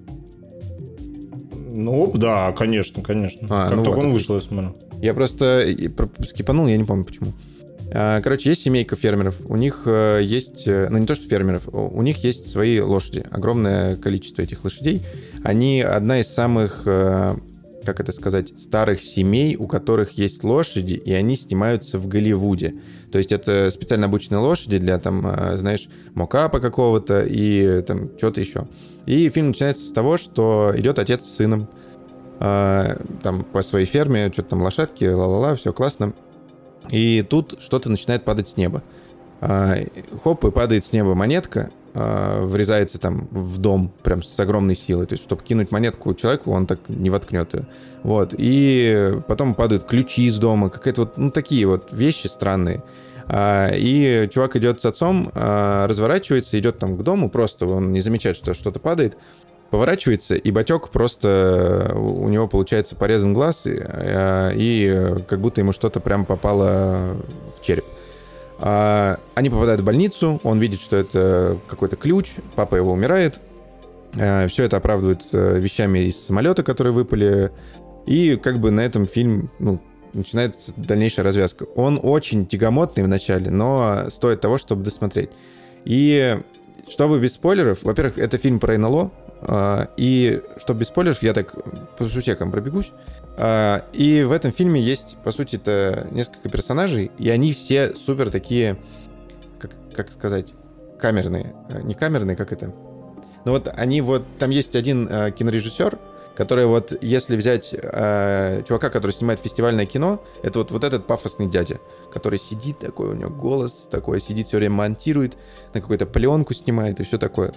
Ну, да, конечно. Как только он вышел, я смотрел. Я просто скипанул, я не помню почему. Короче, есть семейка фермеров. У них есть... Ну, не то, что фермеров. У них есть свои лошади. Огромное количество этих лошадей. Они одна из самых... как это сказать, старых семей, у которых есть лошади, и они снимаются в Голливуде. То есть это специально обученные лошади для, там, знаешь, мокапа какого-то и там что-то еще. И фильм начинается с того, что идет отец с сыном там по своей ферме, что-то там лошадки, ла-ла-ла, все классно. И тут что-то начинает падать с неба. Хоп, и падает с неба монетка, врезается там в дом прям с огромной силой. То есть, чтобы кинуть монетку человеку, он так не воткнет ее. Вот. И потом падают ключи из дома. Какая-то вот, ну, такие вот вещи странные. И чувак идет с отцом, разворачивается, идет там к дому, просто он не замечает, что что-то падает. поворачивается, и Батек просто... У него, получается, порезан глаз, и как будто ему что-то прям попало в череп. Они попадают в больницу, он видит, что это какой-то ключ, папа его умирает. Все это оправдывает вещами из самолета, которые выпали. И как бы на этом фильм, начинается дальнейшая развязка. Он очень тягомотный в начале, но стоит того, чтобы досмотреть. И чтобы без спойлеров, во-первых, это фильм про НЛО, и чтобы без спойлеров, я так по сусекам пробегусь. И в этом фильме есть, по сути, это несколько персонажей, и они все супер такие, как сказать, камерные. Не камерные, как это? Но вот они вот... Там есть один кинорежиссер, который вот, если взять чувака, который снимает фестивальное кино, это вот этот пафосный дядя, который сидит такой, у него голос такой, сидит все время монтирует, на какую-то пленку снимает и все такое.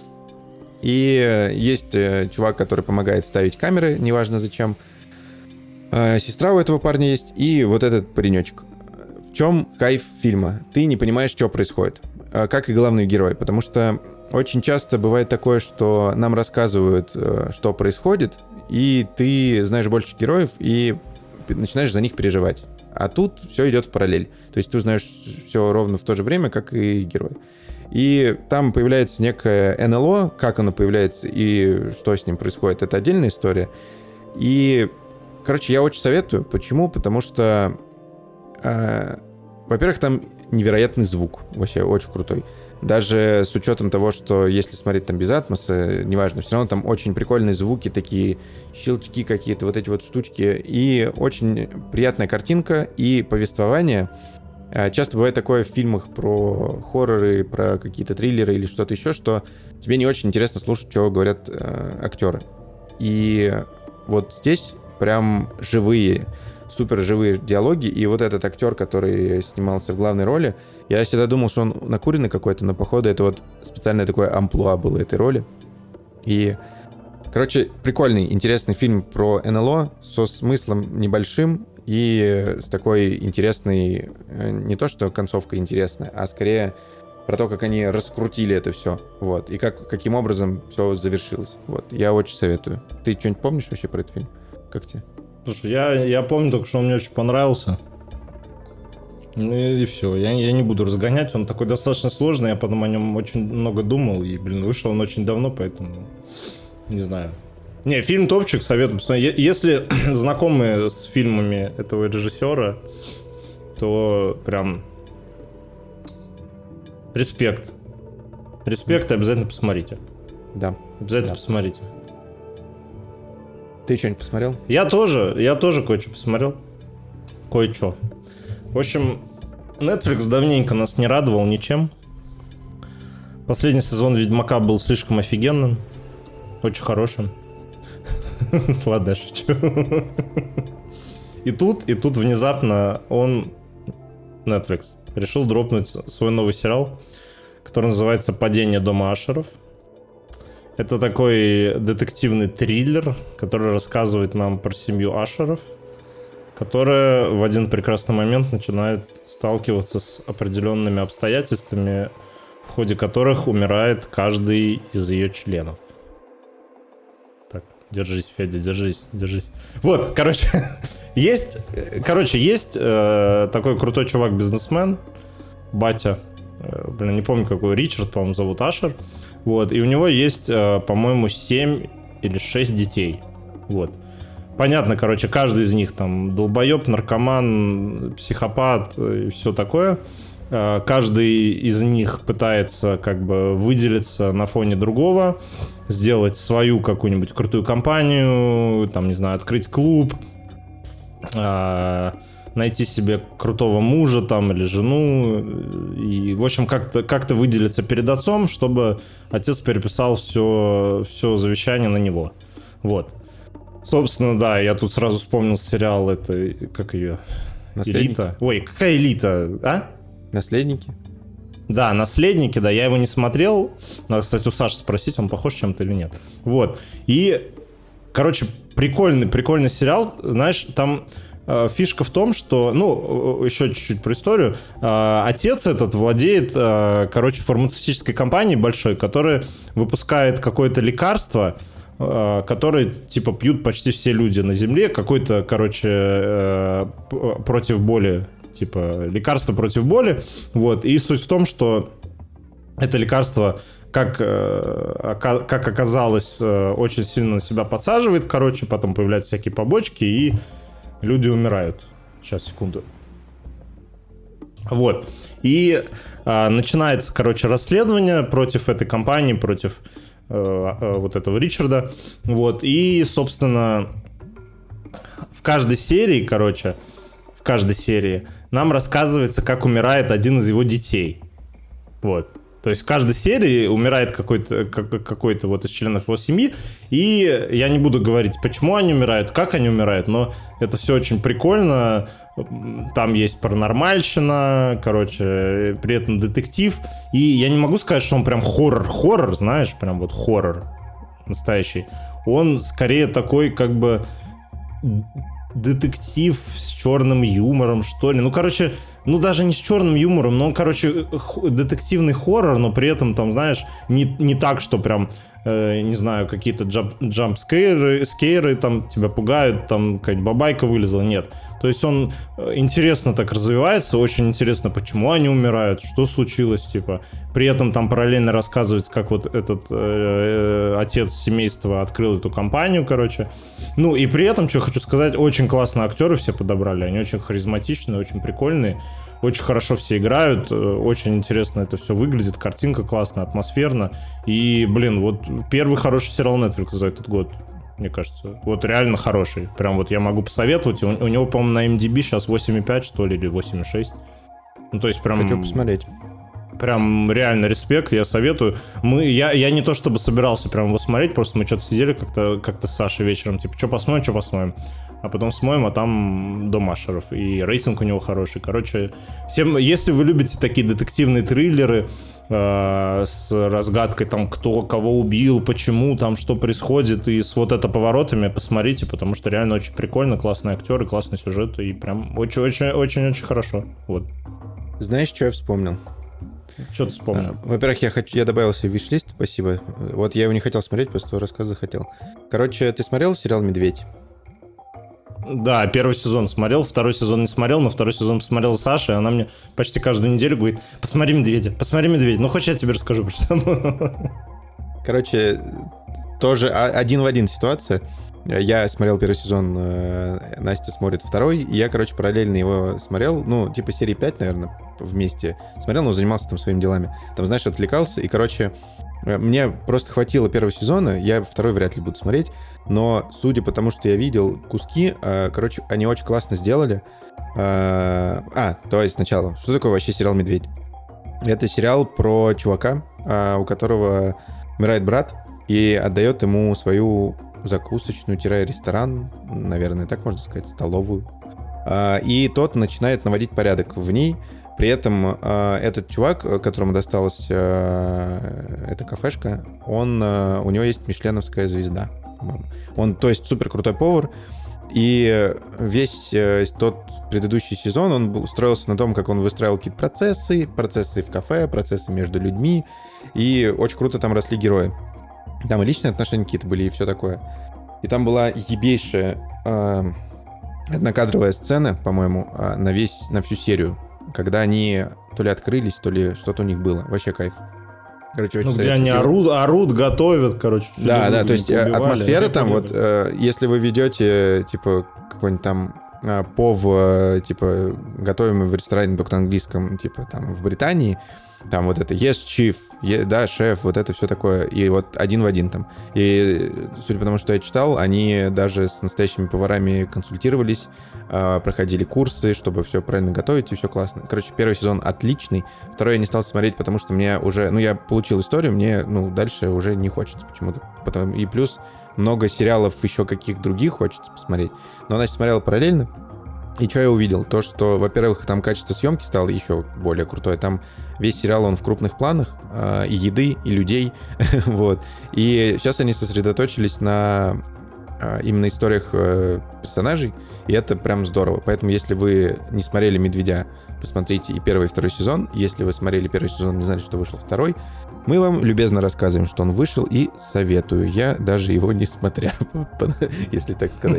И есть чувак, который помогает ставить камеры, неважно зачем. Сестра у этого парня есть, и вот этот паренечек. В чем кайф фильма? Ты не понимаешь, что происходит. Как и главный герой, потому что очень часто бывает такое, что нам рассказывают, что происходит, и ты знаешь больше героев, и начинаешь за них переживать. А тут все идет в параллель. То есть ты узнаешь все ровно в то же время, как и герой. И там появляется некое НЛО, как оно появляется и что с ним происходит, это отдельная история. И, короче, я очень советую. Почему? Потому что, во-первых, там невероятный звук, вообще очень крутой. Даже с учетом того, что если смотреть там без атмоса, неважно, все равно там очень прикольные звуки, такие щелчки какие-то, вот эти вот штучки. И очень приятная картинка и повествование. Часто бывает такое в фильмах про хорроры, про какие-то триллеры или что-то еще, что тебе не очень интересно слушать, что говорят актеры. И вот здесь прям живые, супер живые диалоги. И вот этот актер, который снимался в главной роли, я всегда думал, что он накуренный какой-то, но походу это вот специальное такое амплуа было этой роли. И, короче, прикольный, интересный фильм про НЛО со смыслом небольшим и с такой интересной, не то что концовка интересная, а скорее про то, как они раскрутили это все, вот, и каким образом все завершилось. Вот, я очень советую. Ты что-нибудь помнишь вообще про этот фильм? Как тебе? Слушай, я помню только, что он мне очень понравился. Ну и все, я не буду разгонять, он такой достаточно сложный, я потом о нем очень много думал, и, вышел он очень давно, поэтому не знаю. Не, фильм топчик, советую посмотреть. Если знакомы с фильмами этого режиссера, то прям респект. Респект, обязательно посмотрите. Да. Обязательно посмотрите. Ты что-нибудь посмотрел? Я тоже кое-что посмотрел. Кое-что. В общем, Netflix давненько нас не радовал ничем. Последний сезон Ведьмака был слишком офигенным. Очень хорошим. Ладно, я шучу. И тут внезапно Netflix, решил дропнуть свой новый сериал, который называется «Падение дома Ашеров». Это такой детективный триллер, который рассказывает нам про семью Ашеров, которая в один прекрасный момент начинает сталкиваться с определенными обстоятельствами, в ходе которых умирает каждый из ее членов. Так, держись, Федя, держись. Вот, есть такой крутой чувак-бизнесмен, батя, не помню какой, Ричард, по-моему, зовут Ашер. Вот, и у него есть, по-моему, 7 или 6 детей. Вот. Понятно, каждый из них там долбоеб, наркоман, психопат и все такое. Каждый из них пытается как бы выделиться на фоне другого, сделать свою какую-нибудь крутую компанию, там, не знаю, открыть клуб, найти себе крутого мужа там или жену и, в общем, как-то выделиться перед отцом, чтобы отец переписал все завещание на него. Вот. Собственно, да, я тут сразу вспомнил сериал, это, как ее? Элита. Ой, какая Элита, а? Наследники? Да, Наследники, да, я его не смотрел. Надо, кстати, у Саши спросить, он похож чем-то или нет. Вот. И, прикольный сериал. Знаешь, там фишка в том, что, еще чуть-чуть про историю. Отец этот владеет, фармацевтической компанией большой, которая выпускает какое-то лекарство, который, типа, пьют почти все люди на Земле. Какой-то, короче, против боли, типа, лекарство против боли. Вот. И суть в том, что это лекарство, как оказалось, очень сильно на себя подсаживает, короче, потом появляются всякие побочки, и люди умирают. Сейчас, секунду. Вот. И начинается, короче, расследование против этой компании, против вот этого Ричарда. Вот. И, собственно, в каждой серии, нам рассказывается, как умирает один из его детей. Вот. То есть в каждой серии умирает какой-то вот из членов его семьи. И я не буду говорить, почему они умирают, как они умирают, но это все очень прикольно. Там есть паранормальщина, короче, при этом детектив. И я не могу сказать, что он прям хоррор, знаешь, прям вот хоррор настоящий. Он скорее такой, как бы, детектив с черным юмором, что ли. Ну, короче, ну, даже не с черным юмором, но он, короче, детективный хоррор, но при этом, там, знаешь, не так, что прям, не знаю, какие-то джамп-скейры там тебя пугают, там какая-нибудь бабайка вылезла, нет. То есть он интересно так развивается, очень интересно, почему они умирают, что случилось, типа. При этом там параллельно рассказывается, как вот этот отец семейства открыл эту компанию, короче. Ну, и при этом, что хочу сказать, очень классные актеры все подобрали, они очень харизматичные, очень прикольные. Очень хорошо все играют, очень интересно это все выглядит, картинка классная, атмосферно. И, блин, вот первый хороший сериал Netflix за этот год, мне кажется. Вот реально хороший. Прям вот я могу посоветовать. У него, по-моему, на MDB сейчас 8,5, что ли, или 8,6. Ну, то есть прям... Хочу посмотреть. Прям реально респект, я советую. Я не то чтобы собирался прям его смотреть, просто мы что-то сидели как-то с Сашей вечером, типа, что посмотрим. А потом смотрим, а там Дом Ашеров. И рейтинг у него хороший. Короче, всем, если вы любите такие детективные триллеры с разгадкой, там, кто кого убил, почему, там, что происходит, и с вот это поворотами, посмотрите, потому что реально очень прикольно, классные актеры, классный сюжет, и прям очень-очень хорошо. Вот. Знаешь, что я вспомнил? Что ты вспомнил? Во-первых, я добавил себе в виш-лист, спасибо. Вот я его не хотел смотреть, после твоего рассказа захотел. Короче, ты смотрел сериал «Медведь»? Да, первый сезон смотрел, второй сезон не смотрел, но второй сезон посмотрел Саша, и она мне почти каждую неделю говорит: посмотри «Медведя». Ну, хочешь, я тебе расскажу, что. Короче, тоже один в один ситуация. Я смотрел первый сезон, Настя смотрит второй, и я, короче, параллельно его смотрел, ну, типа серии 5, наверное, вместе смотрел, но занимался там своими делами. Там, знаешь, отвлекался, и, короче, мне просто хватило первого сезона, я второй вряд ли буду смотреть, но судя по тому, что я видел куски, короче, они очень классно сделали. Давай сначала. Что такое вообще сериал «Медведь»? Это сериал про чувака, у которого умирает брат, и отдает ему свою закусочную-ресторан, наверное, так можно сказать, столовую. И тот начинает наводить порядок в ней. При этом этот чувак, которому досталась эта кафешка, у него есть мишленовская звезда, по-моему. Он, то есть, супер крутой повар. И весь тот предыдущий сезон он строился на том, как он выстраивал какие-то процессы в кафе, процессы между людьми. И очень круто там росли герои. Там и личные отношения какие-то были, и все такое. И там была ебейшая однокадровая сцена, по-моему, на всю серию, когда они то ли открылись, то ли что-то у них было. Вообще кайф. Короче, очень где они орут, готовят, короче. Да, то есть атмосфера там, вот, если вы ведете, типа, какой-нибудь там готовим в ресторане только на английском, типа, там, в Британии, там вот это yes, chief, да, шеф, вот это все такое, и вот один в один там. И судя по тому, что я читал, они даже с настоящими поварами консультировались, проходили курсы, чтобы все правильно готовить, и все классно. Короче, первый сезон отличный, второй я не стал смотреть, потому что мне уже, я получил историю, мне, дальше уже не хочется почему-то. И плюс много сериалов еще каких других хочется посмотреть. Но она смотрела параллельно. И что я увидел? То, что, во-первых, там качество съемки стало еще более крутое. Там весь сериал, он в крупных планах, и еды, и людей. Вот. И сейчас они сосредоточились на именно историях персонажей, и это прям здорово. Поэтому, если вы не смотрели «Медведя», посмотрите и первый, и второй сезон. Если вы смотрели первый сезон, не знали, что вышел второй, мы вам любезно рассказываем, что он вышел, и советую. Я даже его не смотря, если так сказать.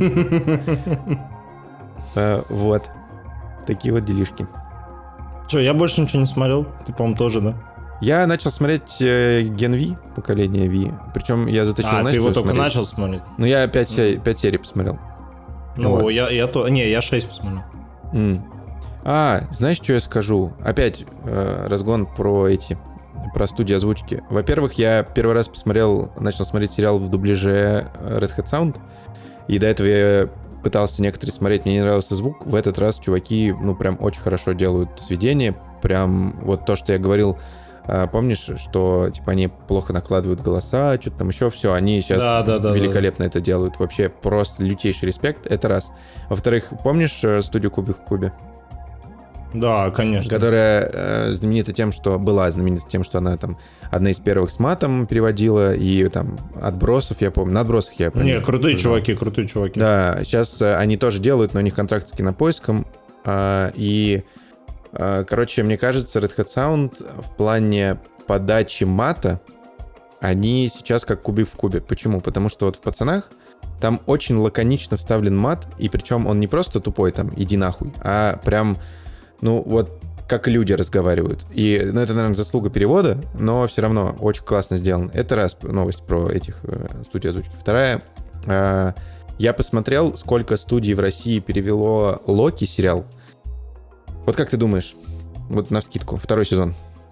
Вот. Такие вот делишки. Че, я больше ничего не смотрел? Ты, по-моему, тоже, да? Я начал смотреть Gen V, поколение V. Причем я затащил ты его только смотреть. начал смотреть? Ну, я 5 серий посмотрел. Ну, вот. я 6 посмотрел. Знаешь, что я скажу? Опять разгон про студию озвучки. Во-первых, я первый раз начал смотреть сериал в дубляже Red Hat Sound. И до этого я пытался некоторые смотреть, мне не нравился звук. В этот раз чуваки, прям очень хорошо делают сведения. Прям вот то, что я говорил, помнишь, что, типа, они плохо накладывают голоса, что-то там еще, все, они сейчас великолепно это делают. Вообще просто лютейший респект, это раз. Во-вторых, помнишь студию Кубик в Кубе? Да, конечно. Которая была знаменита тем, что она там одна из первых с матом переводила, и там «Отбросов», я помню, на «Отбросах» я про них крутые чуваки. Да, сейчас они тоже делают, но у них контракт с Кинопоиском, короче, мне кажется, Red Hat Sound в плане подачи мата, они сейчас как Кубик в Кубе. Почему? Потому что вот в «Пацанах» там очень лаконично вставлен мат, и причем он не просто тупой, там, иди нахуй, а прям, вот как люди разговаривают. И, это, наверное, заслуга перевода, но все равно очень классно сделано. Это раз новость про этих студий озвучки. Вторая, я посмотрел, сколько студий в России перевело «Локи» сериал. Вот как ты думаешь? Вот навскидку, второй сезон.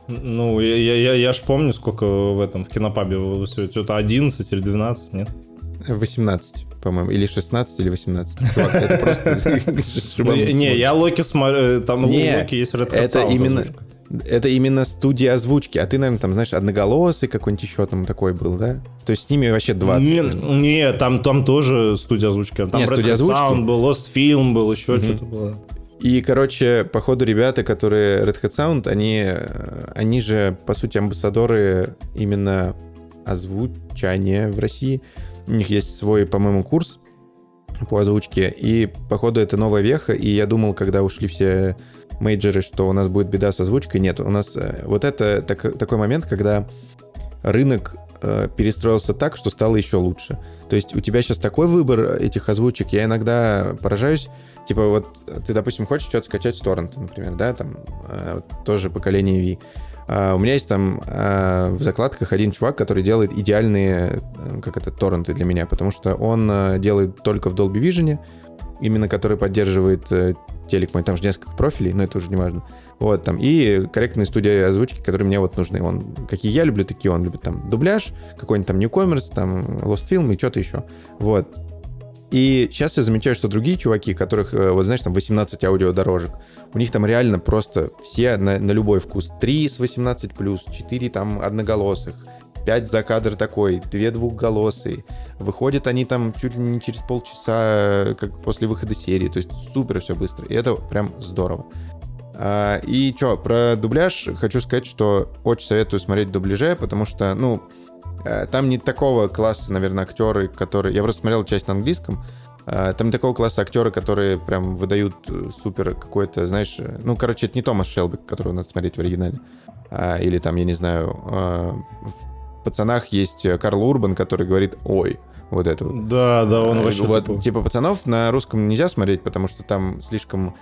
Я ж помню, сколько в Кинопабе что-то 11 или 12, нет? 18, по-моему, или 16, или 18. Чувак, это просто... Не, я «Локи» смотрю, там «Локи» есть Red Hat Sound. Это именно студия озвучки. А ты, наверное, там, знаешь, «Одноголосый» какой-нибудь еще там такой был, да? То есть с ними вообще 20. Не, там тоже студия озвучки. Там Red Hat Sound был, Lost Film был, еще что-то было. И, короче, походу, ребята, которые Red Hat Sound, они же, по сути, амбассадоры именно озвучания в России. У них есть свой, по-моему, курс по озвучке. И, походу, это новая веха. И я думал, когда ушли все мейджоры, что у нас будет беда с озвучкой. Нет, у нас вот это такой момент, когда рынок перестроился так, что стало еще лучше. То есть у тебя сейчас такой выбор этих озвучек. Я иногда поражаюсь. Типа вот ты, допустим, хочешь что-то скачать с торрента, например, да, там тоже поколение V. У меня есть там в закладках один чувак, который делает идеальные, торренты для меня, потому что он делает только в Dolby Vision, именно который поддерживает телек мой. Там же несколько профилей, но это уже не важно. Вот, там, и корректные студии озвучки, которые мне вот нужны. Какие я люблю, такие он любит. Там дубляж, какой-нибудь там Newcomers, там Lost Film и что-то еще. Вот. И сейчас я замечаю, что другие чуваки, которых, вот знаешь, там 18 аудиодорожек, у них там реально просто все на любой вкус. 3 с 18+, 4 там одноголосых, 5 за кадр такой, 2 двухголосые. Выходят они там чуть ли не через полчаса, как после выхода серии. То есть супер все быстро. И это прям здорово. И что, про дубляж хочу сказать, что очень советую смотреть в дубляже, потому что, там не такого класса, наверное, актеры, которые... Я просто смотрел часть на английском. Там не такого класса актеры, которые прям выдают супер какой-то, знаешь... это не Томас Шелби, которого надо смотреть в оригинале. Или там, я не знаю... В «Пацанах» есть Карл Урбан, который говорит «Ой». Вот это вот. Да, он вообще вот, тупой. типа «Пацанов» на русском нельзя смотреть, потому что там слишком...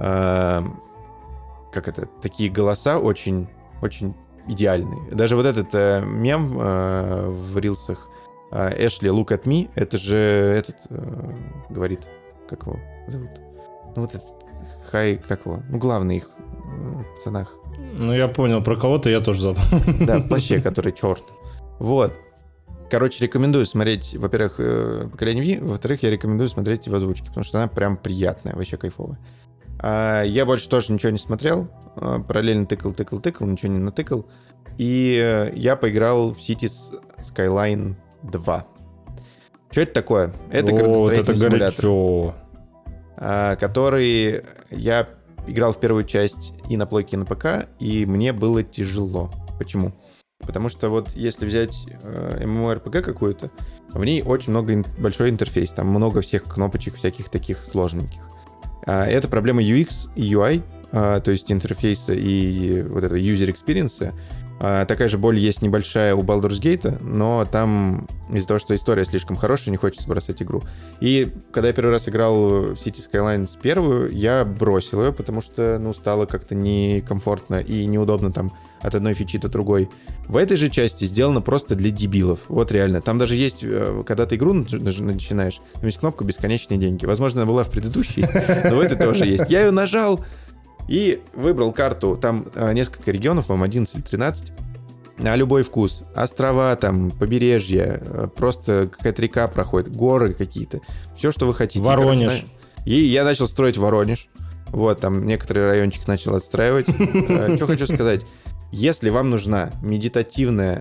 такие голоса очень... очень идеальный. Даже вот этот мем в рилсах Эшли «Look at me», это же этот говорит, как его зовут? Вот этот как его? Главный их в «Пацанах». Я понял, про кого-то я тоже забыл. Да, в плаще, который черт. Вот. Короче, рекомендую смотреть, во-первых, «Поколение V», во-вторых, я рекомендую смотреть в озвучке, потому что она прям приятная, вообще кайфовая. Я больше тоже ничего не смотрел. Параллельно тыкал, ничего не натыкал. И я поиграл в Cities Skyline 2. Что это такое? Это градостроительный симулятор, который я играл в первую часть и на плойке, и на ПК, и мне было тяжело. Почему? Потому что вот если взять MMORPG какую-то, в ней очень большой интерфейс, там много всех кнопочек всяких таких сложненьких. Это проблема UX и UI, то есть интерфейса и вот этого user experience. Такая же боль есть небольшая у Baldur's Gate, но там из-за того, что история слишком хорошая, не хочется бросать игру. И когда я первый раз играл в City Skylines первую, я бросил ее, потому что, стало как-то некомфортно и неудобно там от одной фичи до другой. В этой же части сделано просто для дебилов. Вот реально. Там даже есть, когда ты игру начинаешь, там есть кнопка «Бесконечные деньги». Возможно, она была в предыдущей, но в этой тоже есть. Я ее нажал, и выбрал карту, там несколько регионов, по-моему, 11 или 13, на любой вкус. Острова, там, побережье, просто какая-то река проходит, горы какие-то, все, что вы хотите. Воронеж. И я начал строить Воронеж. Вот, там некоторый райончик начал отстраивать. Что хочу сказать. Если вам нужна медитативная,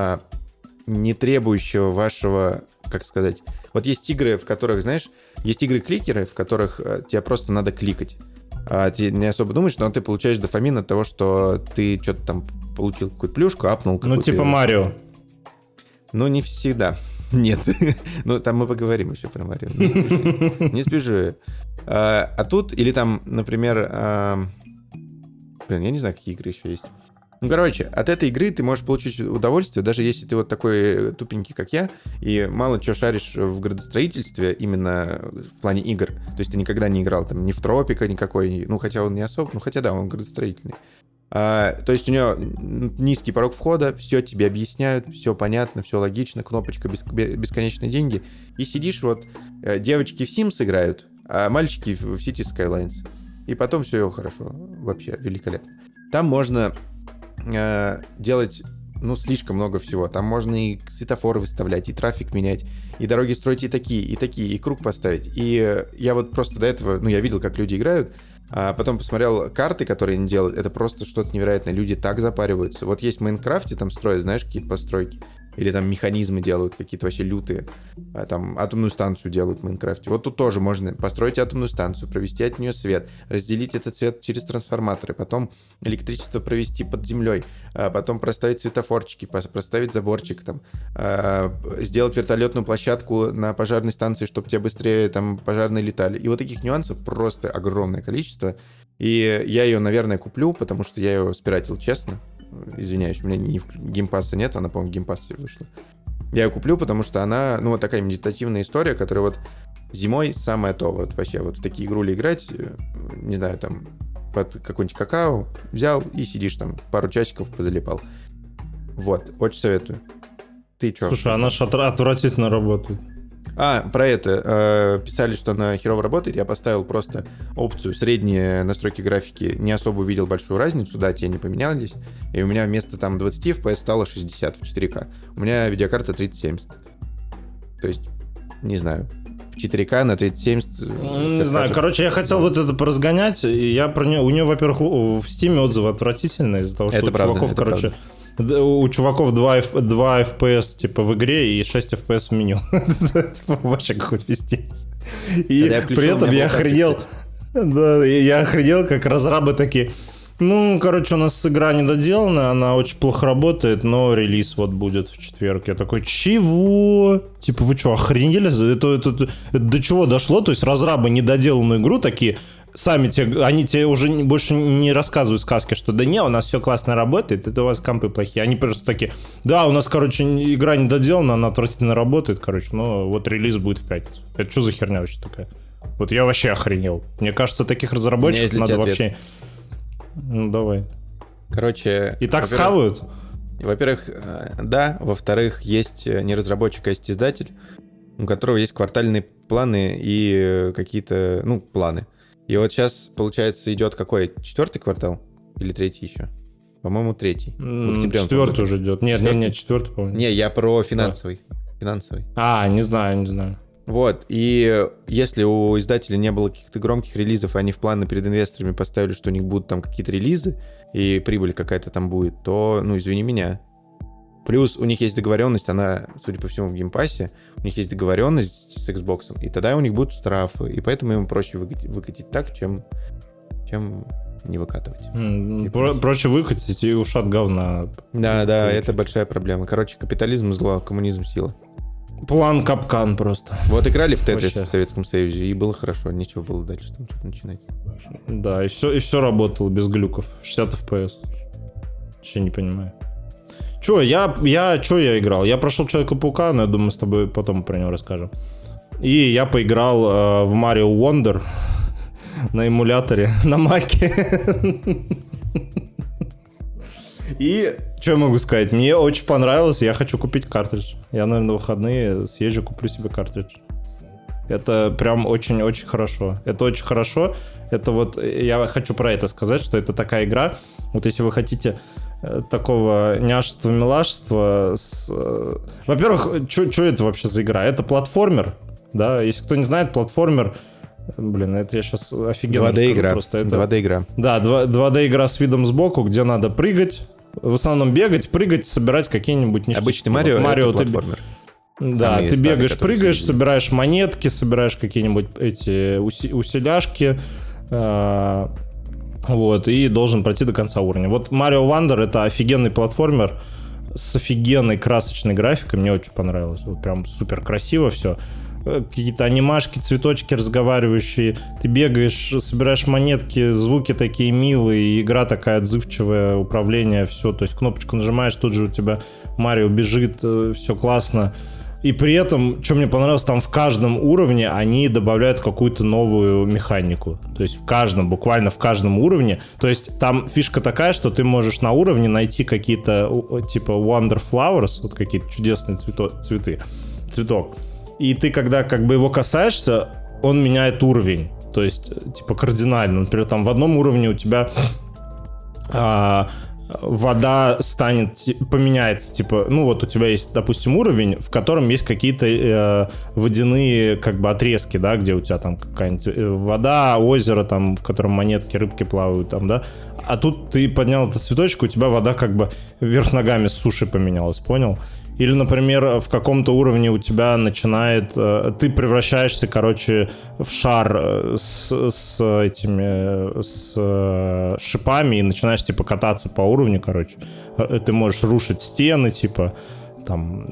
не требующего вашего, как сказать... Вот есть игры, в которых, знаешь, есть игры-кликеры, в которых тебе просто надо кликать. Ты не особо думаешь, но ты получаешь дофамин от того, что ты что-то там получил какую-то плюшку, апнул какую-то... Ну, типа Марио. Ну, не всегда. Нет. Ну, там мы поговорим еще про Марио. Не спеши. А тут, или там, например... я не знаю, какие игры еще есть. Ну, короче, от этой игры ты можешь получить удовольствие, даже если ты вот такой тупенький, как я, и мало чего шаришь в градостроительстве именно в плане игр. То есть ты никогда не играл там ни в Тропика никакой, хотя он не особо, хотя да, он градостроительный. То есть у него низкий порог входа, все тебе объясняют, все понятно, все логично, кнопочка бесконечные деньги. И сидишь вот, девочки в Sims играют, а мальчики в City Skylines. И потом все хорошо, вообще великолепно. Там можно... делать, слишком много всего. Там можно и светофоры выставлять, и трафик менять, и дороги строить и такие, и круг поставить. И я вот просто до этого, я видел, как люди играют, а потом посмотрел карты, которые они делают, это просто что-то невероятное. Люди так запариваются. Вот есть в Майнкрафте, там строят, знаешь, какие-то постройки. Или там механизмы делают какие-то вообще лютые. Там атомную станцию делают в Майнкрафте. Вот тут тоже можно построить атомную станцию, провести от нее свет, разделить этот свет через трансформаторы, потом электричество провести под землей, потом проставить светофорчики, проставить заборчик, там, сделать вертолетную площадку на пожарной станции, чтобы тебе быстрее там пожарные летали. И вот таких нюансов просто огромное количество. И я ее, наверное, куплю, потому что я ее спиратил честно. Извиняюсь, у меня ни геймпасса нет, она, по-моему, в геймпассе вышла. Я ее куплю, потому что она, вот такая медитативная история, которая вот зимой самое то, вот вообще, вот в такие игрули играть, не знаю, там, под какой-нибудь какао взял и сидишь там, пару часиков позалипал. Вот, очень советую. Ты чё? Слушай, она ж отвратительно работает. Про это. Писали, что она херово работает. Я поставил просто опцию средние настройки графики. Не особо увидел большую разницу. Да, те не поменялись. И у меня вместо там 20 FPS стало 60 в 4К. У меня видеокарта 3070. То есть, не знаю, в 4К на 3070... Не знаю, короче, я хотел вот это поразгонять. И я про нее... У нее, во-первых, в Steam отзывы отвратительные. Из-за того, что это у правда, чуваков, это короче... Правда. У чуваков 2 FPS типа в игре и 6 FPS в меню. Вообще какой-то пиздец. И при этом я охренел. Да, я охренел, как разрабы такие. Короче, у нас игра недоделана, она очень плохо работает, но релиз вот будет в четверг. Я такой, чего? Типа, вы что, охренели? Это до чего дошло? То есть разрабы недоделанную игру такие... Сами они тебе уже больше не рассказывают сказки, что да не, у нас все классно работает, это у вас компы плохие. Они просто такие, да, у нас, короче, игра не доделана, она отвратительно работает, короче, но вот релиз будет в пятницу. Это что за херня вообще такая? Вот я вообще охренел. Мне кажется, таких разработчиков надо вообще... Давай. Короче... И так схавают? Во-первых, да. Во-вторых, есть не разработчик, а есть издатель, у которого есть квартальные планы и какие-то, планы. И вот сейчас, получается, идет какой? 4-й квартал? Или 3-й еще? По-моему, 3-й. 4-й уже идет. Нет, 4-й, по-моему. Не, я про финансовый. Финансовый. Не знаю. Вот, и если у издателя не было каких-то громких релизов, и они в планы перед инвесторами поставили, что у них будут там какие-то релизы, и прибыль какая-то там будет, то, извини меня. Плюс у них есть договоренность, она, судя по всему, в геймпассе, у них есть договоренность с Xbox, и тогда у них будут штрафы, и поэтому им проще выкатить так, чем не выкатывать. Проще выкатить и ушат говна. Да, это большая проблема. Короче, капитализм зло, коммунизм сила. План капкан просто. Вот играли в Тетрис в Советском Союзе, и было хорошо, нечего было дальше там что-то начинать. Да, и все работало без глюков. 60 FPS. Вообще не понимаю. Я играл? Я прошел Человека-паука, но я думаю, с тобой потом про него расскажем. И я поиграл в Mario Wonder на эмуляторе, на маке. И что я могу сказать? Мне очень понравилось, я хочу купить картридж. Я, наверное, на выходные съезжу, куплю себе картридж. Это прям очень-очень хорошо. Это очень хорошо. Это вот, я хочу про это сказать, что это такая игра. Вот если вы хотите такого няшества-милашества Во-первых, что это вообще за игра? Это платформер, да? Если кто не знает, платформер... Блин, это я сейчас офигенно 2D-игра. Просто это... 2D-игра. Да, 2D-игра с видом сбоку, где надо прыгать. В основном бегать, прыгать, собирать какие-нибудь ништяки. Обычный Марио это платформер. Да, ты бегаешь, прыгаешь, собираешь монетки, собираешь какие-нибудь эти усиляшки, вот, и должен пройти до конца уровня. Вот Mario Wonder — это офигенный платформер с офигенной красочной графикой, мне очень понравилось. Вот прям супер красиво все. Какие-то анимашки, цветочки разговаривающие. Ты бегаешь, собираешь монетки, звуки такие милые, игра такая отзывчивая, управление, все. То есть кнопочку нажимаешь, тут же у тебя Марио бежит, все классно. И при этом, что мне понравилось, там в каждом уровне они добавляют какую-то новую механику. То есть в каждом, буквально в каждом уровне. То есть там фишка такая, что ты можешь на уровне найти какие-то типа Wonder Flowers, вот какие-то чудесные цветок. И ты, когда как бы его касаешься, он меняет уровень. То есть, типа, кардинально. Например, там в одном уровне у тебя вода поменяется. Типа, ну вот у тебя есть, допустим, уровень, в котором есть какие-то водяные как бы отрезки, да, где у тебя там какая-нибудь вода, озеро, там, в котором монетки, рыбки плавают, там, да. А тут ты поднял этот цветочек, у тебя вода как бы вверх ногами с суши поменялась, понял? Или, например, в каком-то уровне у тебя начинает... Ты превращаешься, короче, в шар с шипами и начинаешь, типа, кататься по уровню, короче. Ты можешь рушить стены, типа, там,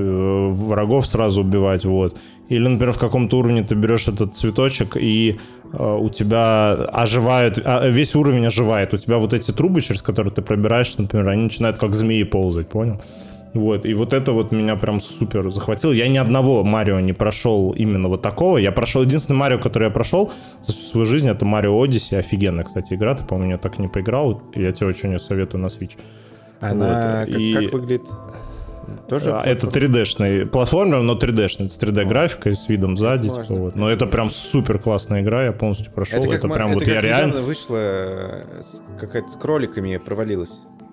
врагов сразу убивать, вот. Или, например, в каком-то уровне ты берешь этот цветочек, и у тебя оживает... Весь уровень оживает. У тебя вот эти трубы, через которые ты пробираешься, например, они начинают как змеи ползать, понял? Вот, и вот это вот меня прям супер захватило. Я ни одного Марио не прошел именно вот такого. Я прошел, единственный Марио, который я прошел за всю свою жизнь, это Марио Одиссе. Офигенная, кстати, игра. Ты, по-моему, так и не поиграл. Я тебе очень ее советую на Switch. Она вот. Как выглядит? Тоже это 3D-шный платформер, но 3D-шный. С 3D-графикой, с видом сзади. Типа, вот. Но это прям супер классная игра. Я полностью прошел. Это прям вот я реально... недавно вышла какая-то с кроликами, провалилась.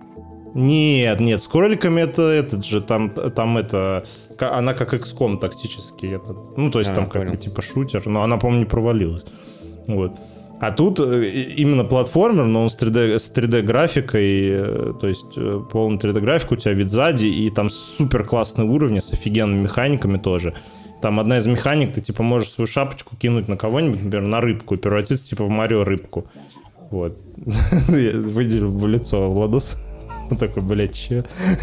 Нет, с кроликами это этот же, там это, она как XCOM тактический, ну, то есть там как бы типа шутер, но она, по-моему, не провалилась. Вот. А тут именно платформер, но он с 3D графикой, то есть полный 3D графика, у тебя вид сзади, и там супер классные уровни с офигенными механиками тоже. Там одна из механик, ты типа можешь свою шапочку кинуть на кого-нибудь, например, на рыбку, и превратиться типа в Марио рыбку. Вот. Выделил в лицо Владус. Он такой, блядь, че?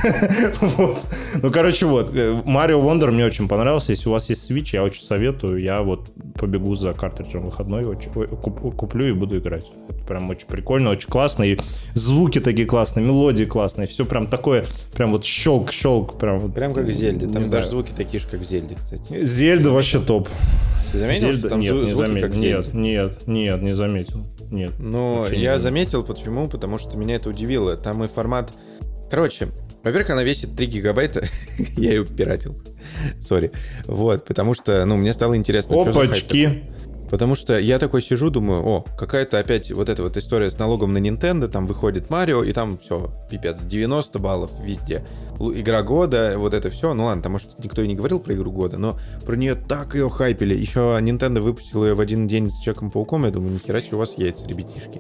Вот. Ну, короче, вот. Mario Wonder мне очень понравился. Если у вас есть Switch, я очень советую. Я вот побегу за картриджем выходной, куплю и буду играть. Это прям очень прикольно, очень классно. И звуки такие классные, мелодии классные. Все прям такое, прям вот щелк-щелк. Прям как в Зельде. Там даже звуки такие же, как в Зельде, кстати. Зельда вообще топ. Ты заметил, что там звуки как в Зельде? Нет, не заметил. Нет. Но я заметил, почему? Потому что меня это удивило. Там и формат... Короче, во-первых, она весит 3 гигабайта. Я ее пиратил. Сори. Вот, потому что, мне стало интересно, что за хайп. Потому что я такой сижу, думаю, какая-то опять вот эта вот история с налогом на Nintendo, там выходит Марио, и там все, пипец, 90 баллов везде. Игра года, вот это все. Ну ладно, там, может, никто и не говорил про игру года, но про нее так ее хайпили. Еще Nintendo выпустила ее в один день с Человеком-пауком, я думаю, нихера себе у вас яйца, ребятишки.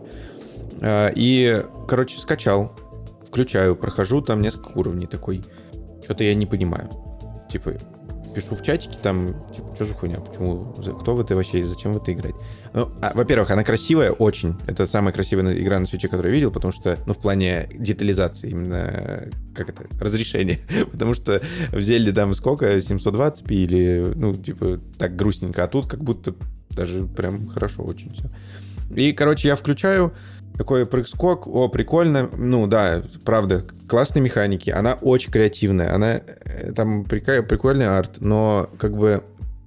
И, короче, скачал, включаю, прохожу там несколько уровней, такой, что-то я не понимаю. Типа, пишу в чатике, там, типа, что за хуйня, почему, кто в это вообще, зачем в это играть? Ну, во-первых, она красивая очень. Это самая красивая игра на свече, которую я видел, потому что, ну, в плане детализации, именно, как это, разрешения. Потому что в Зельде там сколько, 720p или, ну, типа, так грустненько, а тут как будто даже прям хорошо очень все. И, короче, я включаю, такой прыг-скок, прикольно. Ну, да, правда, классные механики. Она очень креативная. Она, там прикольный арт, но как бы,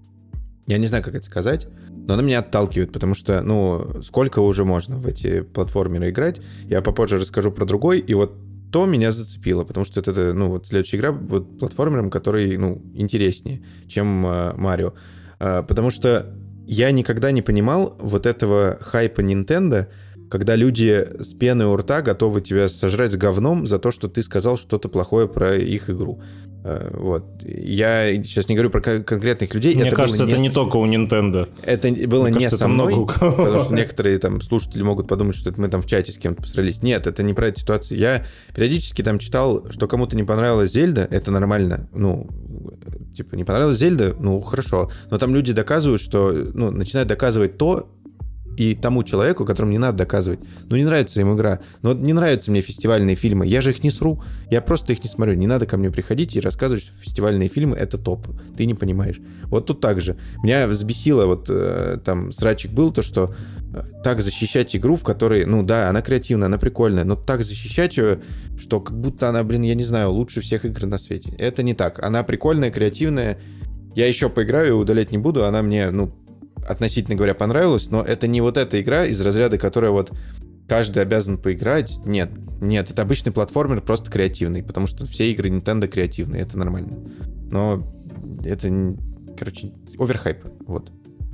я не знаю, как это сказать, но она меня отталкивает, потому что, ну, сколько уже можно в эти платформеры играть. Я попозже расскажу про другой, и вот то меня зацепило, потому что это, ну, вот следующая игра будет платформером, который, ну, интереснее, чем Марио. Потому что я никогда не понимал вот этого хайпа Nintendo, когда люди с пеной у рта готовы тебя сожрать с говном за то, что ты сказал что-то плохое про их игру. Вот. Я сейчас не говорю про конкретных людей. Мне кажется, это не только у Nintendo. Это было не со мной, много у кого. потому что некоторые там слушатели могут подумать, что это мы там в чате с кем-то посрались. Нет, это не про эту ситуацию. Я периодически там читал, что кому-то не понравилась Зельда, это нормально. Ну, типа, не понравилась Зельда, ну, хорошо. Но там люди доказывают, что, ну, начинают доказывать то, и тому человеку, которому не надо доказывать. Ну, не нравится ему игра. Ну, вот не нравятся мне фестивальные фильмы. Я же их не сру. Я просто их не смотрю. Не надо ко мне приходить и рассказывать, что фестивальные фильмы — это топ. Ты не понимаешь. Вот тут так же. Меня взбесило, вот там срачик был, то, что так защищать игру, в которой, ну да, она креативная, она прикольная, но так защищать ее, что как будто она, блин, я не знаю, лучше всех игр на свете. Это не так. Она прикольная, креативная. Я еще поиграю, удалять не буду. Она мне, ну, относительно говоря, понравилась, но это не вот эта игра из разряда, которая вот каждый обязан поиграть. Нет, это обычный платформер, просто креативный, потому что все игры Nintendo креативные, это нормально. Но это, короче, оверхайп, вот.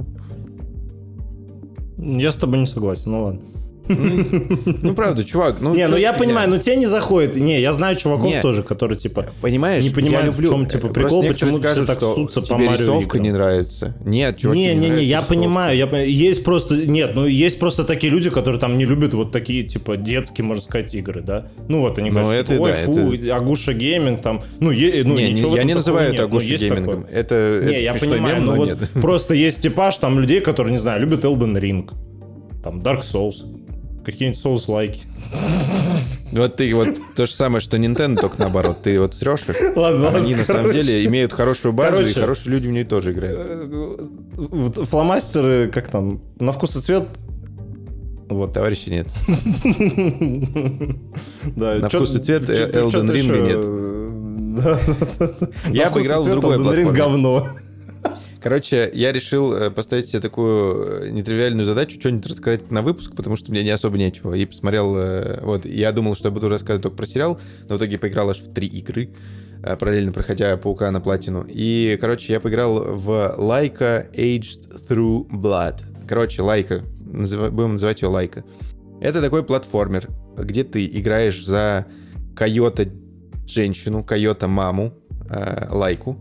Я с тобой не согласен, ну ладно. Ну, правда, чувак. Ну, не, ну я понимаю, но тебе не заходит. Не, я знаю чуваков тоже, которые, типа, понимаешь, не понимают, в чем, типа, прикол, почему все так ссутся по Марио рисовка не нравится. Нет, чуваки, не, я понимаю. Есть просто, нет, ну есть просто такие люди, которые там не любят вот такие, типа, детские, можно сказать, игры, да? Ну вот, они говорят, типа, ой, фу, Агуша гейминг, там, ничего. Я не называю это Агуша геймингом. Это я понимаю, но вот просто есть типаж там людей, которые, не знаю, любят Elden Ring, там, Dark Souls, какие-нибудь Souls-лайки. Вот ты вот то же самое, что Nintendo, только наоборот. Ты вот срешь их, ладно, они на самом деле имеют хорошую базу, и хорошие люди в ней тоже играют. Фломастеры, как там, на вкус и цвет. Вот, товарищи, нет. На вкус и цвет Elden Ring нет. Я поиграл в другой платформе. Elden Ring говно. Короче, я решил поставить себе такую нетривиальную задачу, что-нибудь рассказать на выпуск, потому что мне не особо нечего. И посмотрел, вот, я думал, что я буду рассказывать только про сериал, но в итоге поиграл аж в 3 игры, параллельно проходя Паука на платину. И, короче, я поиграл в Laika Aged Through Blood. Короче, Laika, будем называть ее Laika. Это такой платформер, где ты играешь за койота-женщину, койота-маму, Лайку,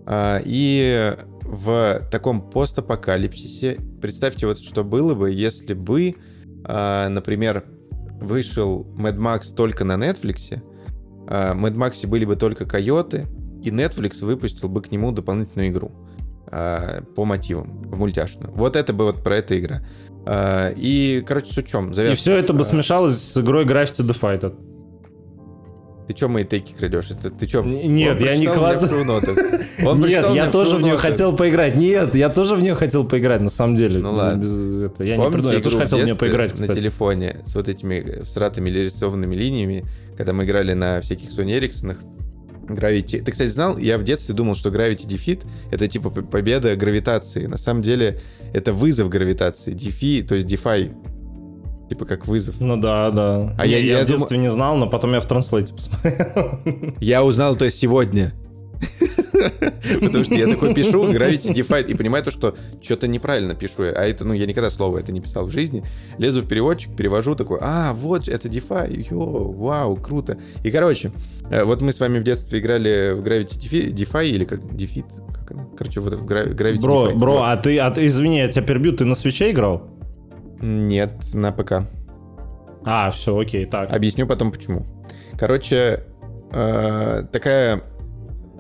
и в таком постапокалипсисе представьте, вот что было бы, если бы, например, вышел Mad Max только на Netflix, в Mad Max были бы только койоты, и Netflix выпустил бы к нему дополнительную игру по мотивам, в мультяшную. Вот это бы вот про эта игра. И, короче, с учем. И все это бы смешалось с игрой Gravity Defy. Ты чё мои тейки крадешь? Ты чё? Нет, я не кладу. Нет, я тоже в нее хотел поиграть. Нет, я тоже в нее хотел поиграть, на самом деле. Ну ладно. Я не придумал, я тоже хотел в нее поиграть, кстати. На телефоне с вот этими всратыми или рисованными линиями, когда мы играли на всяких Sony Ericsson'ах, Gravity. Ты, кстати, знал? Я в детстве думал, что Gravity Defeat — это типа победа гравитации. На самом деле это вызов гравитации. Defy, то есть Defy. Типа как вызов. Ну да. А я в детстве не знал, но потом я в транслейте посмотрел. Я узнал это сегодня. Потому что я такой пишу Gravity Defy и понимаю то, что что-то неправильно пишу. А это, я никогда слово это не писал в жизни. Лезу в переводчик, перевожу такой, вот это Defy, вау, круто. И, короче, вот мы с вами в детстве играли в Gravity Defy или как Defeat, как она? Короче, вот в Gravity Defy. Бро, а ты, извини, я тебя перебью, ты на свече играл? Нет, на ПК. Все, окей, так. Объясню потом почему. Короче, такая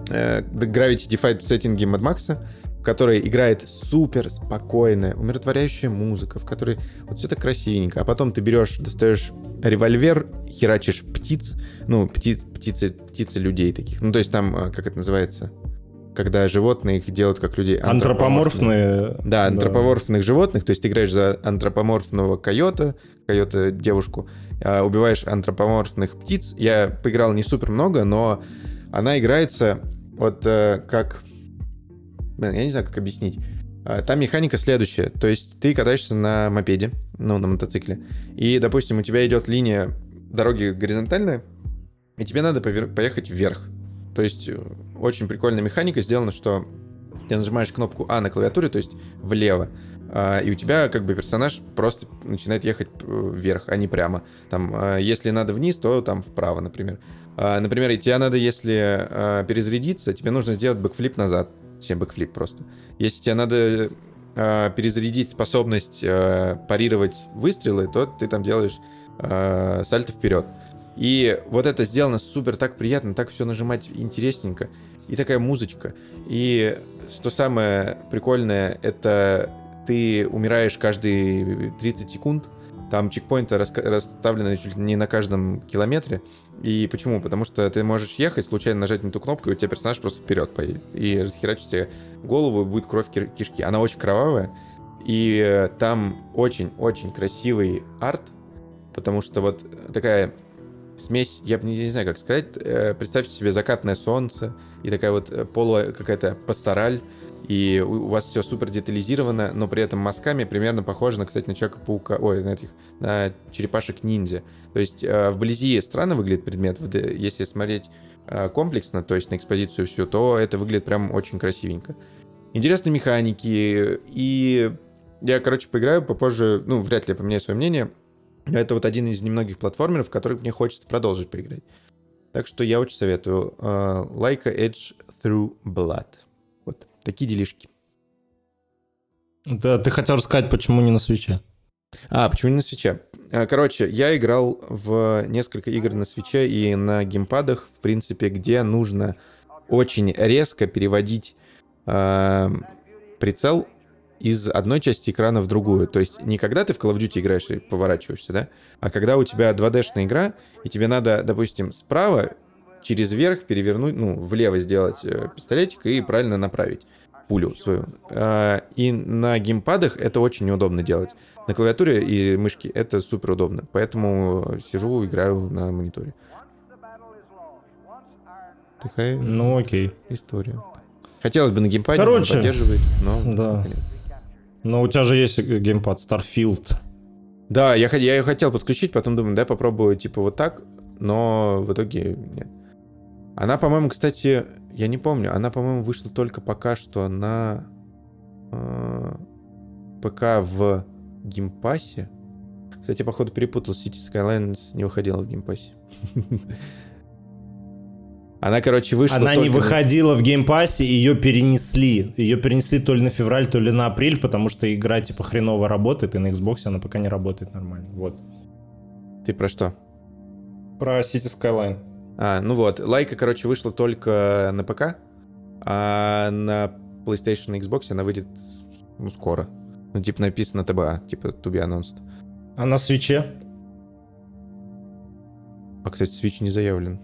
Gravity Defied сеттинге Mad Max, в которой играет супер спокойная, умиротворяющая музыка, в которой вот все так красивенько. А потом ты берешь, достаешь револьвер, херачишь птиц, ну, птицы людей таких. Ну, то есть там, как это называется? Когда животные их делают как людей. Антропоморфные. Да, антропоморфных животных. То есть ты играешь за антропоморфного койота девушку, убиваешь антропоморфных птиц. Я поиграл не супер много, но она играется вот как... Блин, я не знаю, как объяснить. Там механика следующая. То есть ты катаешься на мопеде, ну, на мотоцикле, и, допустим, у тебя идет линия дороги горизонтальная, и тебе надо поехать вверх. То есть очень прикольная механика сделана, что ты нажимаешь кнопку А на клавиатуре, то есть влево, и у тебя как бы персонаж просто начинает ехать вверх, а не прямо. Там, если надо вниз, то там вправо, например. Например, тебе надо, если перезарядиться, тебе нужно сделать бэкфлип назад. Чем бэкфлип просто. Если тебе надо перезарядить способность парировать выстрелы, то ты там делаешь сальто вперед. И вот это сделано супер так приятно, так все нажимать интересненько. И такая музычка. И что самое прикольное, это ты умираешь каждые 30 секунд. Там чекпоинты расставлены чуть ли не на каждом километре. И почему? Потому что ты можешь ехать, случайно нажать на ту кнопку, и у тебя персонаж просто вперед поедет. И расхерачит тебе голову, и будет кровь кишки. Она очень кровавая. И там очень-очень красивый арт. Потому что вот такая смесь, я не знаю, как сказать. Представьте себе закатное солнце и такая вот какая-то пастораль. И у вас все супер детализировано, но при этом мазками примерно похоже, кстати, на Человека-паука, на черепашек-ниндзя. То есть вблизи странно выглядит предмет, если смотреть комплексно, то есть на экспозицию всю, то это выглядит прям очень красивенько. Интересные механики, и я, поиграю попозже, ну, вряд ли я поменяю свое мнение, но это вот один из немногих платформеров, в которых мне хочется продолжить поиграть. Так что я очень советую. Like Edge Through Blood. Вот. Такие делишки. Да, ты хотел рассказать, почему не на свитче? Почему не на свитче? Я играл в несколько игр на свитче и на геймпадах, в принципе, где нужно очень резко переводить прицел из одной части экрана в другую. То есть не когда ты в Call of Duty играешь и поворачиваешься, да? А когда у тебя 2D-шная игра, и тебе надо, допустим, справа через верх перевернуть, ну, влево сделать пистолетик и правильно направить пулю свою. И на геймпадах это очень неудобно делать. На клавиатуре и мышке это супер удобно. Поэтому сижу, играю на мониторе. Такая окей. История. Хотелось бы на геймпаде, он поддерживает, но... Да. Но у тебя же есть геймпад Starfield. Да, я ее хотел подключить, потом думаю, попробую типа вот так, но в итоге нет. Она, по-моему, кстати, я не помню, она, по-моему, вышла только пока что на ПК в геймпассе. Кстати, походу перепутал, City Skylines не выходила в геймпассе. Она, вышла. Она не выходила в геймпассе, ее перенесли. Ее перенесли то ли на февраль, то ли на апрель, потому что игра типа хреново работает, и на Xbox она пока не работает нормально. Вот. Ты про что? Про City Skyline. Ну вот. Лайка, вышла только на ПК, а на PlayStation и Xbox она выйдет, скоро. Ну, типа написано ТБА, типа to be announced. А на свитче? Кстати, Switch не заявлен.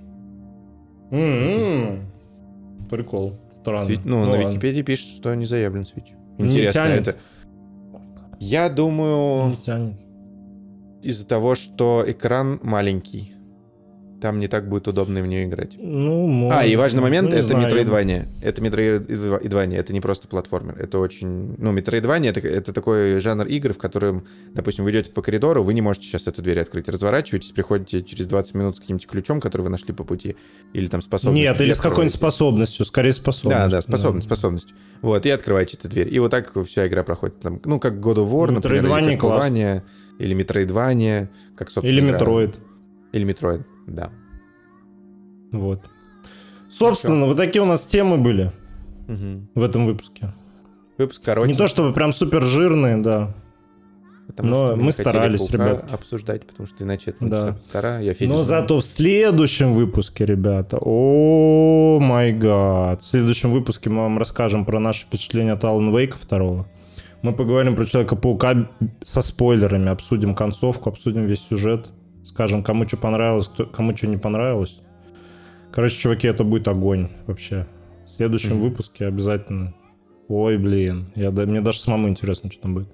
Прикол. Странно. На Википедии пишет, что не заявлен Switch. Интересно это. Я думаю, из-за того, что экран маленький. Там не так будет удобно в нее играть. И важный момент, это Metroidvania. Это Metroidvania, это не просто платформер. Это очень... Metroidvania это такой жанр игр, в котором, допустим, вы идете по коридору, вы не можете сейчас эту дверь открыть. Разворачиваетесь, приходите через 20 минут с каким-нибудь ключом, который вы нашли по пути, или там способностью. Нет, или с какой-нибудь способностью, скорее способностью. Да, способностью. Вот, и открываете эту дверь. И вот так вся игра проходит. Там, как God of War, например, или Castlevania, или Metroidvania, как, собственно, или Metroid. Или Metroid, да. Вот. Собственно, вот такие у нас темы были в этом выпуске. Выпуск короче. Не то чтобы прям супер жирные, да. Потому Но что мы старались, хотели Паука ребятки. обсуждать, потому что иначе это Да. часа полтора. Я Федя Но знаю. зато в следующем выпуске, ребята, о май гад, в следующем выпуске мы вам расскажем про наши впечатления от Alan Wake 2. Мы поговорим про Человека-паука со спойлерами, обсудим концовку, обсудим весь сюжет, скажем, кому что понравилось, кому что не понравилось. Короче, чуваки, это будет огонь вообще. В следующем выпуске обязательно. Ой, блин, мне даже самому интересно, что там будет.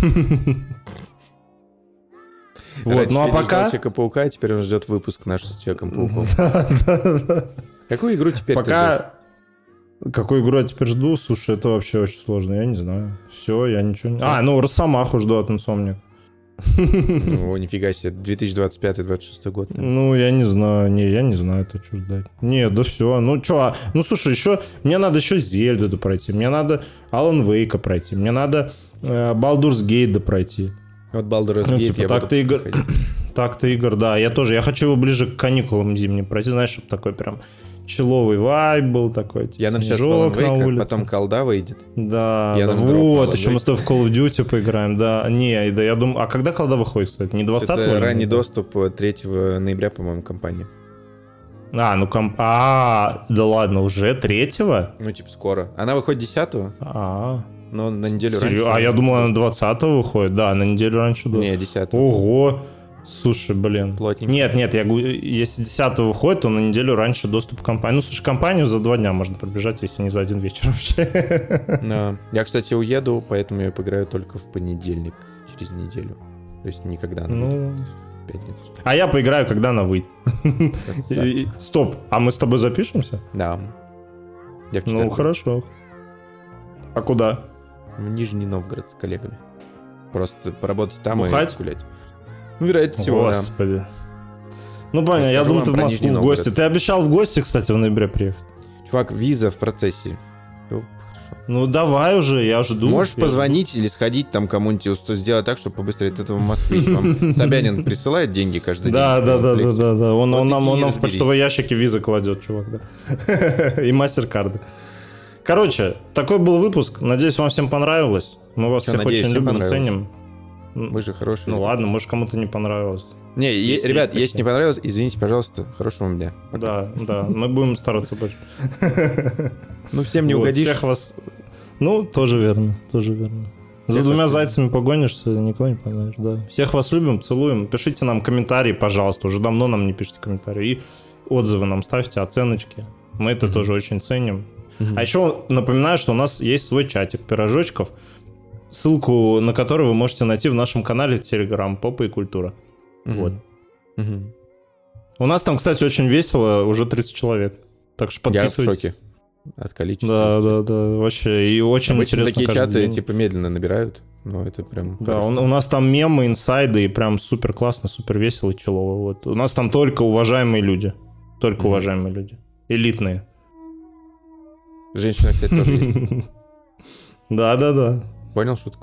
Вот, Раньше ну а Федя ждал пока... Человека-паука, а теперь он ждет выпуск наш с Человеком-пауком. Какую игру теперь ты ждешь? Пока... Какую игру я теперь жду? Слушай, это вообще очень сложно, я не знаю. Все, я ничего не... ну Росомаху жду от Insomniac. О, нифига себе, 2025-2026 год. наверное. Ну, я не знаю. Не, я не знаю, это что ждать. Не, да все. Ну, что? Ну, слушай, еще... Мне надо еще Зельду пройти. Мне надо Alan Wake пройти. Мне надо Baldur's Gate пройти. Вот Baldur's Ну, Gate типа, я так-то буду игр... проходить. Так-то игр, да. Я тоже. Я хочу его ближе к каникулам зимним пройти. Знаешь, чтобы такой прям человый вайб был такой. Типа, Я начну с снежок Alan на Wake, улице. потом колда выйдет. Да, Я да. нам дропал Вот, Alan еще мы Wake. с тобой в Call of Duty поиграем, да. Не, да, я думаю, а когда колда выходит, кстати? Не 20-го? Это или ранний нет? доступ 3 ноября, по-моему, компании. Да ладно, уже 3-го? Ну, типа, скоро. Она выходит 10-го, но на неделю раньше. А я думал, она 20-го выходит. Да, на неделю раньше. Да. Не, 10-го. Ого. Слушай, блин. Плотненько. Нет, я говорю, если 10-го выходит, то на неделю раньше доступ к компании. Ну, слушай, компанию за 2 дня можно пробежать, если не за один вечер вообще. Да. Я, кстати, уеду, поэтому я поиграю только в понедельник, через неделю. То есть никогда она будет в пятницу. А я поиграю, когда она выйдет. Красавчик. Стоп, а мы с тобой запишемся? Да. Я в Ну, четверг хорошо. А куда? в Нижний Новгород с коллегами. Просто поработать там Бухать? и гулять. Ну, вероятнее всего, да. Господи. Ну, понятно, я Расскажу думал, вам ты в про Москву Нижний в гости. Новгород. Ты обещал в гости, кстати, в ноябре приехать. Чувак, виза в процессе. Всё хорошо. Ну, давай уже, я жду. Можешь Я позвонить или сходить там кому-нибудь, сделать так, чтобы побыстрее от этого москвич. Вам Собянин присылает деньги каждый день. Да. Он Вот нам иди и в разберись. почтовые ящики визы кладет, чувак, да. И мастер-карды. Короче, такой был выпуск. Надеюсь, вам всем понравилось. Мы вас Всё, всех надеюсь, очень всем любим, понравилось. ценим. Мы же хорошие. Ну ладно, может, кому-то не понравилось. Не, Есть ребят, такие. если не понравилось, извините, пожалуйста. Хорошего вам дня. Пока. Да, мы будем стараться больше. Ну, всем не Вот, угодишь. всех вас... Ну, тоже верно. За Всех двумя вас зайцами погонишься, никого не поймаешь, да. Всех вас любим, целуем. Пишите нам комментарии, пожалуйста. Уже давно нам не пишите комментарии. И отзывы нам ставьте, оценочки. Мы это тоже очень ценим. А еще напоминаю, что у нас есть свой чатик пирожочков, ссылку на который вы можете найти в нашем канале в Telegram «Попа и культура». Вот. Мгм. У нас там, кстати, очень весело, уже 30 человек. Так что Я в подписывайтесь. шоке от количества. Да, вообще. И очень Обычно интересно такие каждый чаты день. типа медленно набирают, но это прям Да, хорошо. у нас там мемы, инсайды, и прям супер классно, супер весело, челово. Вот. У нас там только уважаемые люди. Только уважаемые люди. Элитные. Женщина, кстати, тоже есть. Да. Понял шутку?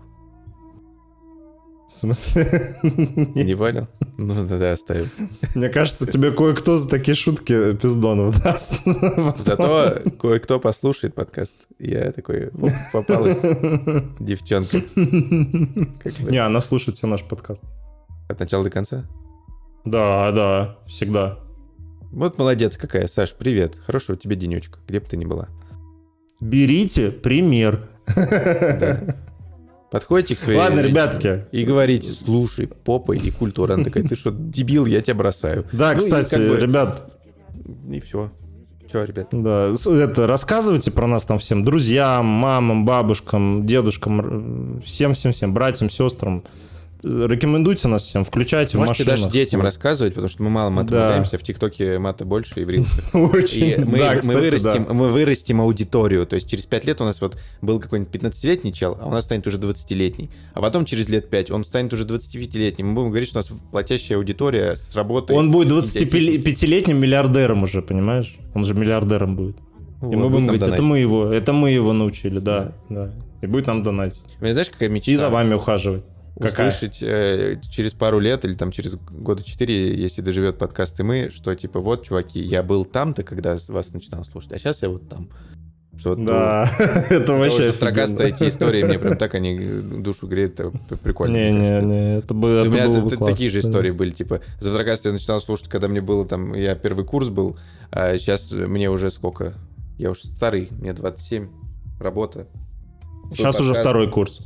В смысле? Не понял? Ну, тогда оставим. Мне кажется, тебе кое-кто за такие шутки пиздонов даст. Зато кое-кто послушает подкаст. Я такой, хоп, попалась девчонка. Как бы Не, она слушает все наш подкаст. от начала до конца. Да, всегда. Вот молодец какая, Саш, привет. Хорошего тебе денечка, где бы ты ни была. Берите пример. Подходите к своей Ладно, женщине ребятки. и говорите, слушай, попа и культура. Она такая, ты что, дебил, я тебя бросаю. Да, Ну, и кстати, как бы- ребят, И все. Че, ребят? да, это рассказывайте про нас там всем друзьям, мамам, бабушкам, дедушкам, всем, братьям, сестрам. Рекомендуйте нас всем, включайте Можете в машинах. даже детям Вот. рассказывать, потому что мы мало матом Да. ругаемся, в ТикТоке мата больше и в рилсах. Очень. И мы, Да, мы кстати, вырастим, да. мы вырастим аудиторию. То есть через 5 лет у нас вот был какой-нибудь 15-летний чел, а у нас станет уже 20-летний. А потом через лет 5 он станет уже 25-летним. Мы будем говорить, что у нас платящая аудитория с работой. Он будет 25-летним миллиардером уже, понимаешь? Он же миллиардером будет. Вот, И мы будет будем нам говорить, донатить. это мы его научили, да. И будет нам донатить. У меня знаешь, какая мечта? И за вами ухаживать. Какая? Услышать через пару лет или там через года 4, если доживет подкаст и мы, что типа вот, чуваки, я был там-то, когда вас начинал слушать, а сейчас я вот там. Что Да, это вообще завтракастые эти истории, мне прям так они душу греют, это прикольно. Не, это У было меня бы классно. такие же истории были, типа, завтракасты я начинал слушать, когда мне было там, я первый курс был, а сейчас мне уже сколько? Я уже старый, мне 27, работа. Сейчас уже второй курс.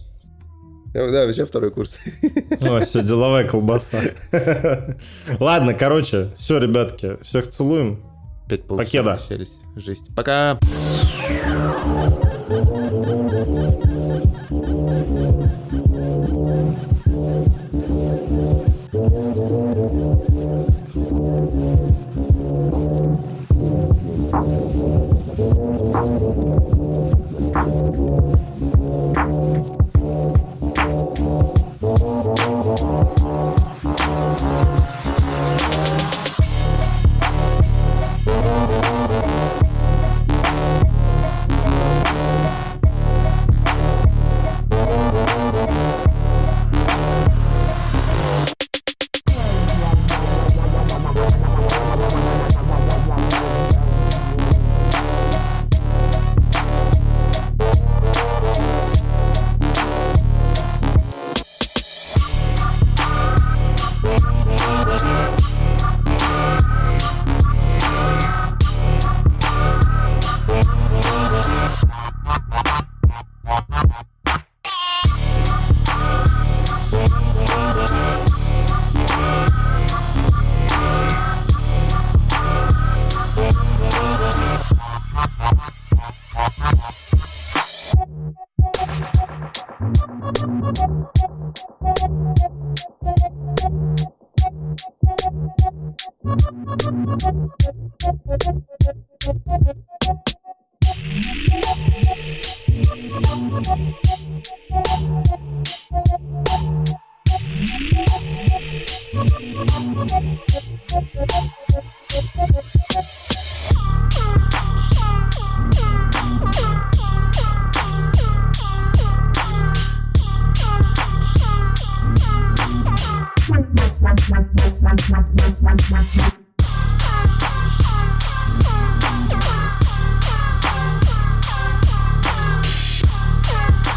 Да, сейчас второй курс. Ой, все, деловая колбаса. Ладно, короче, все, ребятки, всех целуем. 5 полчаса Покеда. общались. Жесть. Пока.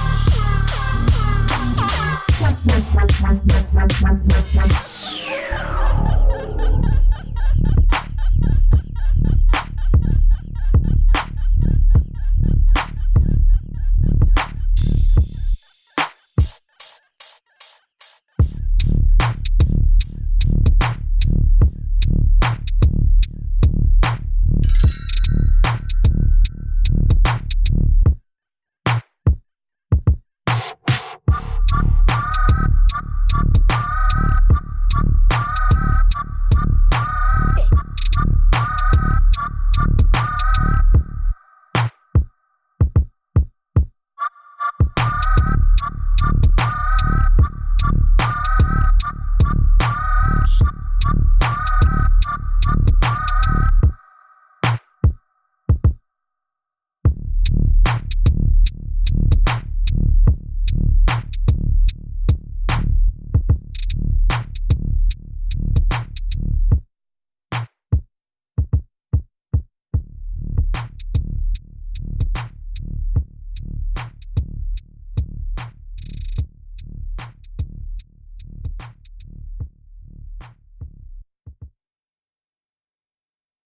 Yeah.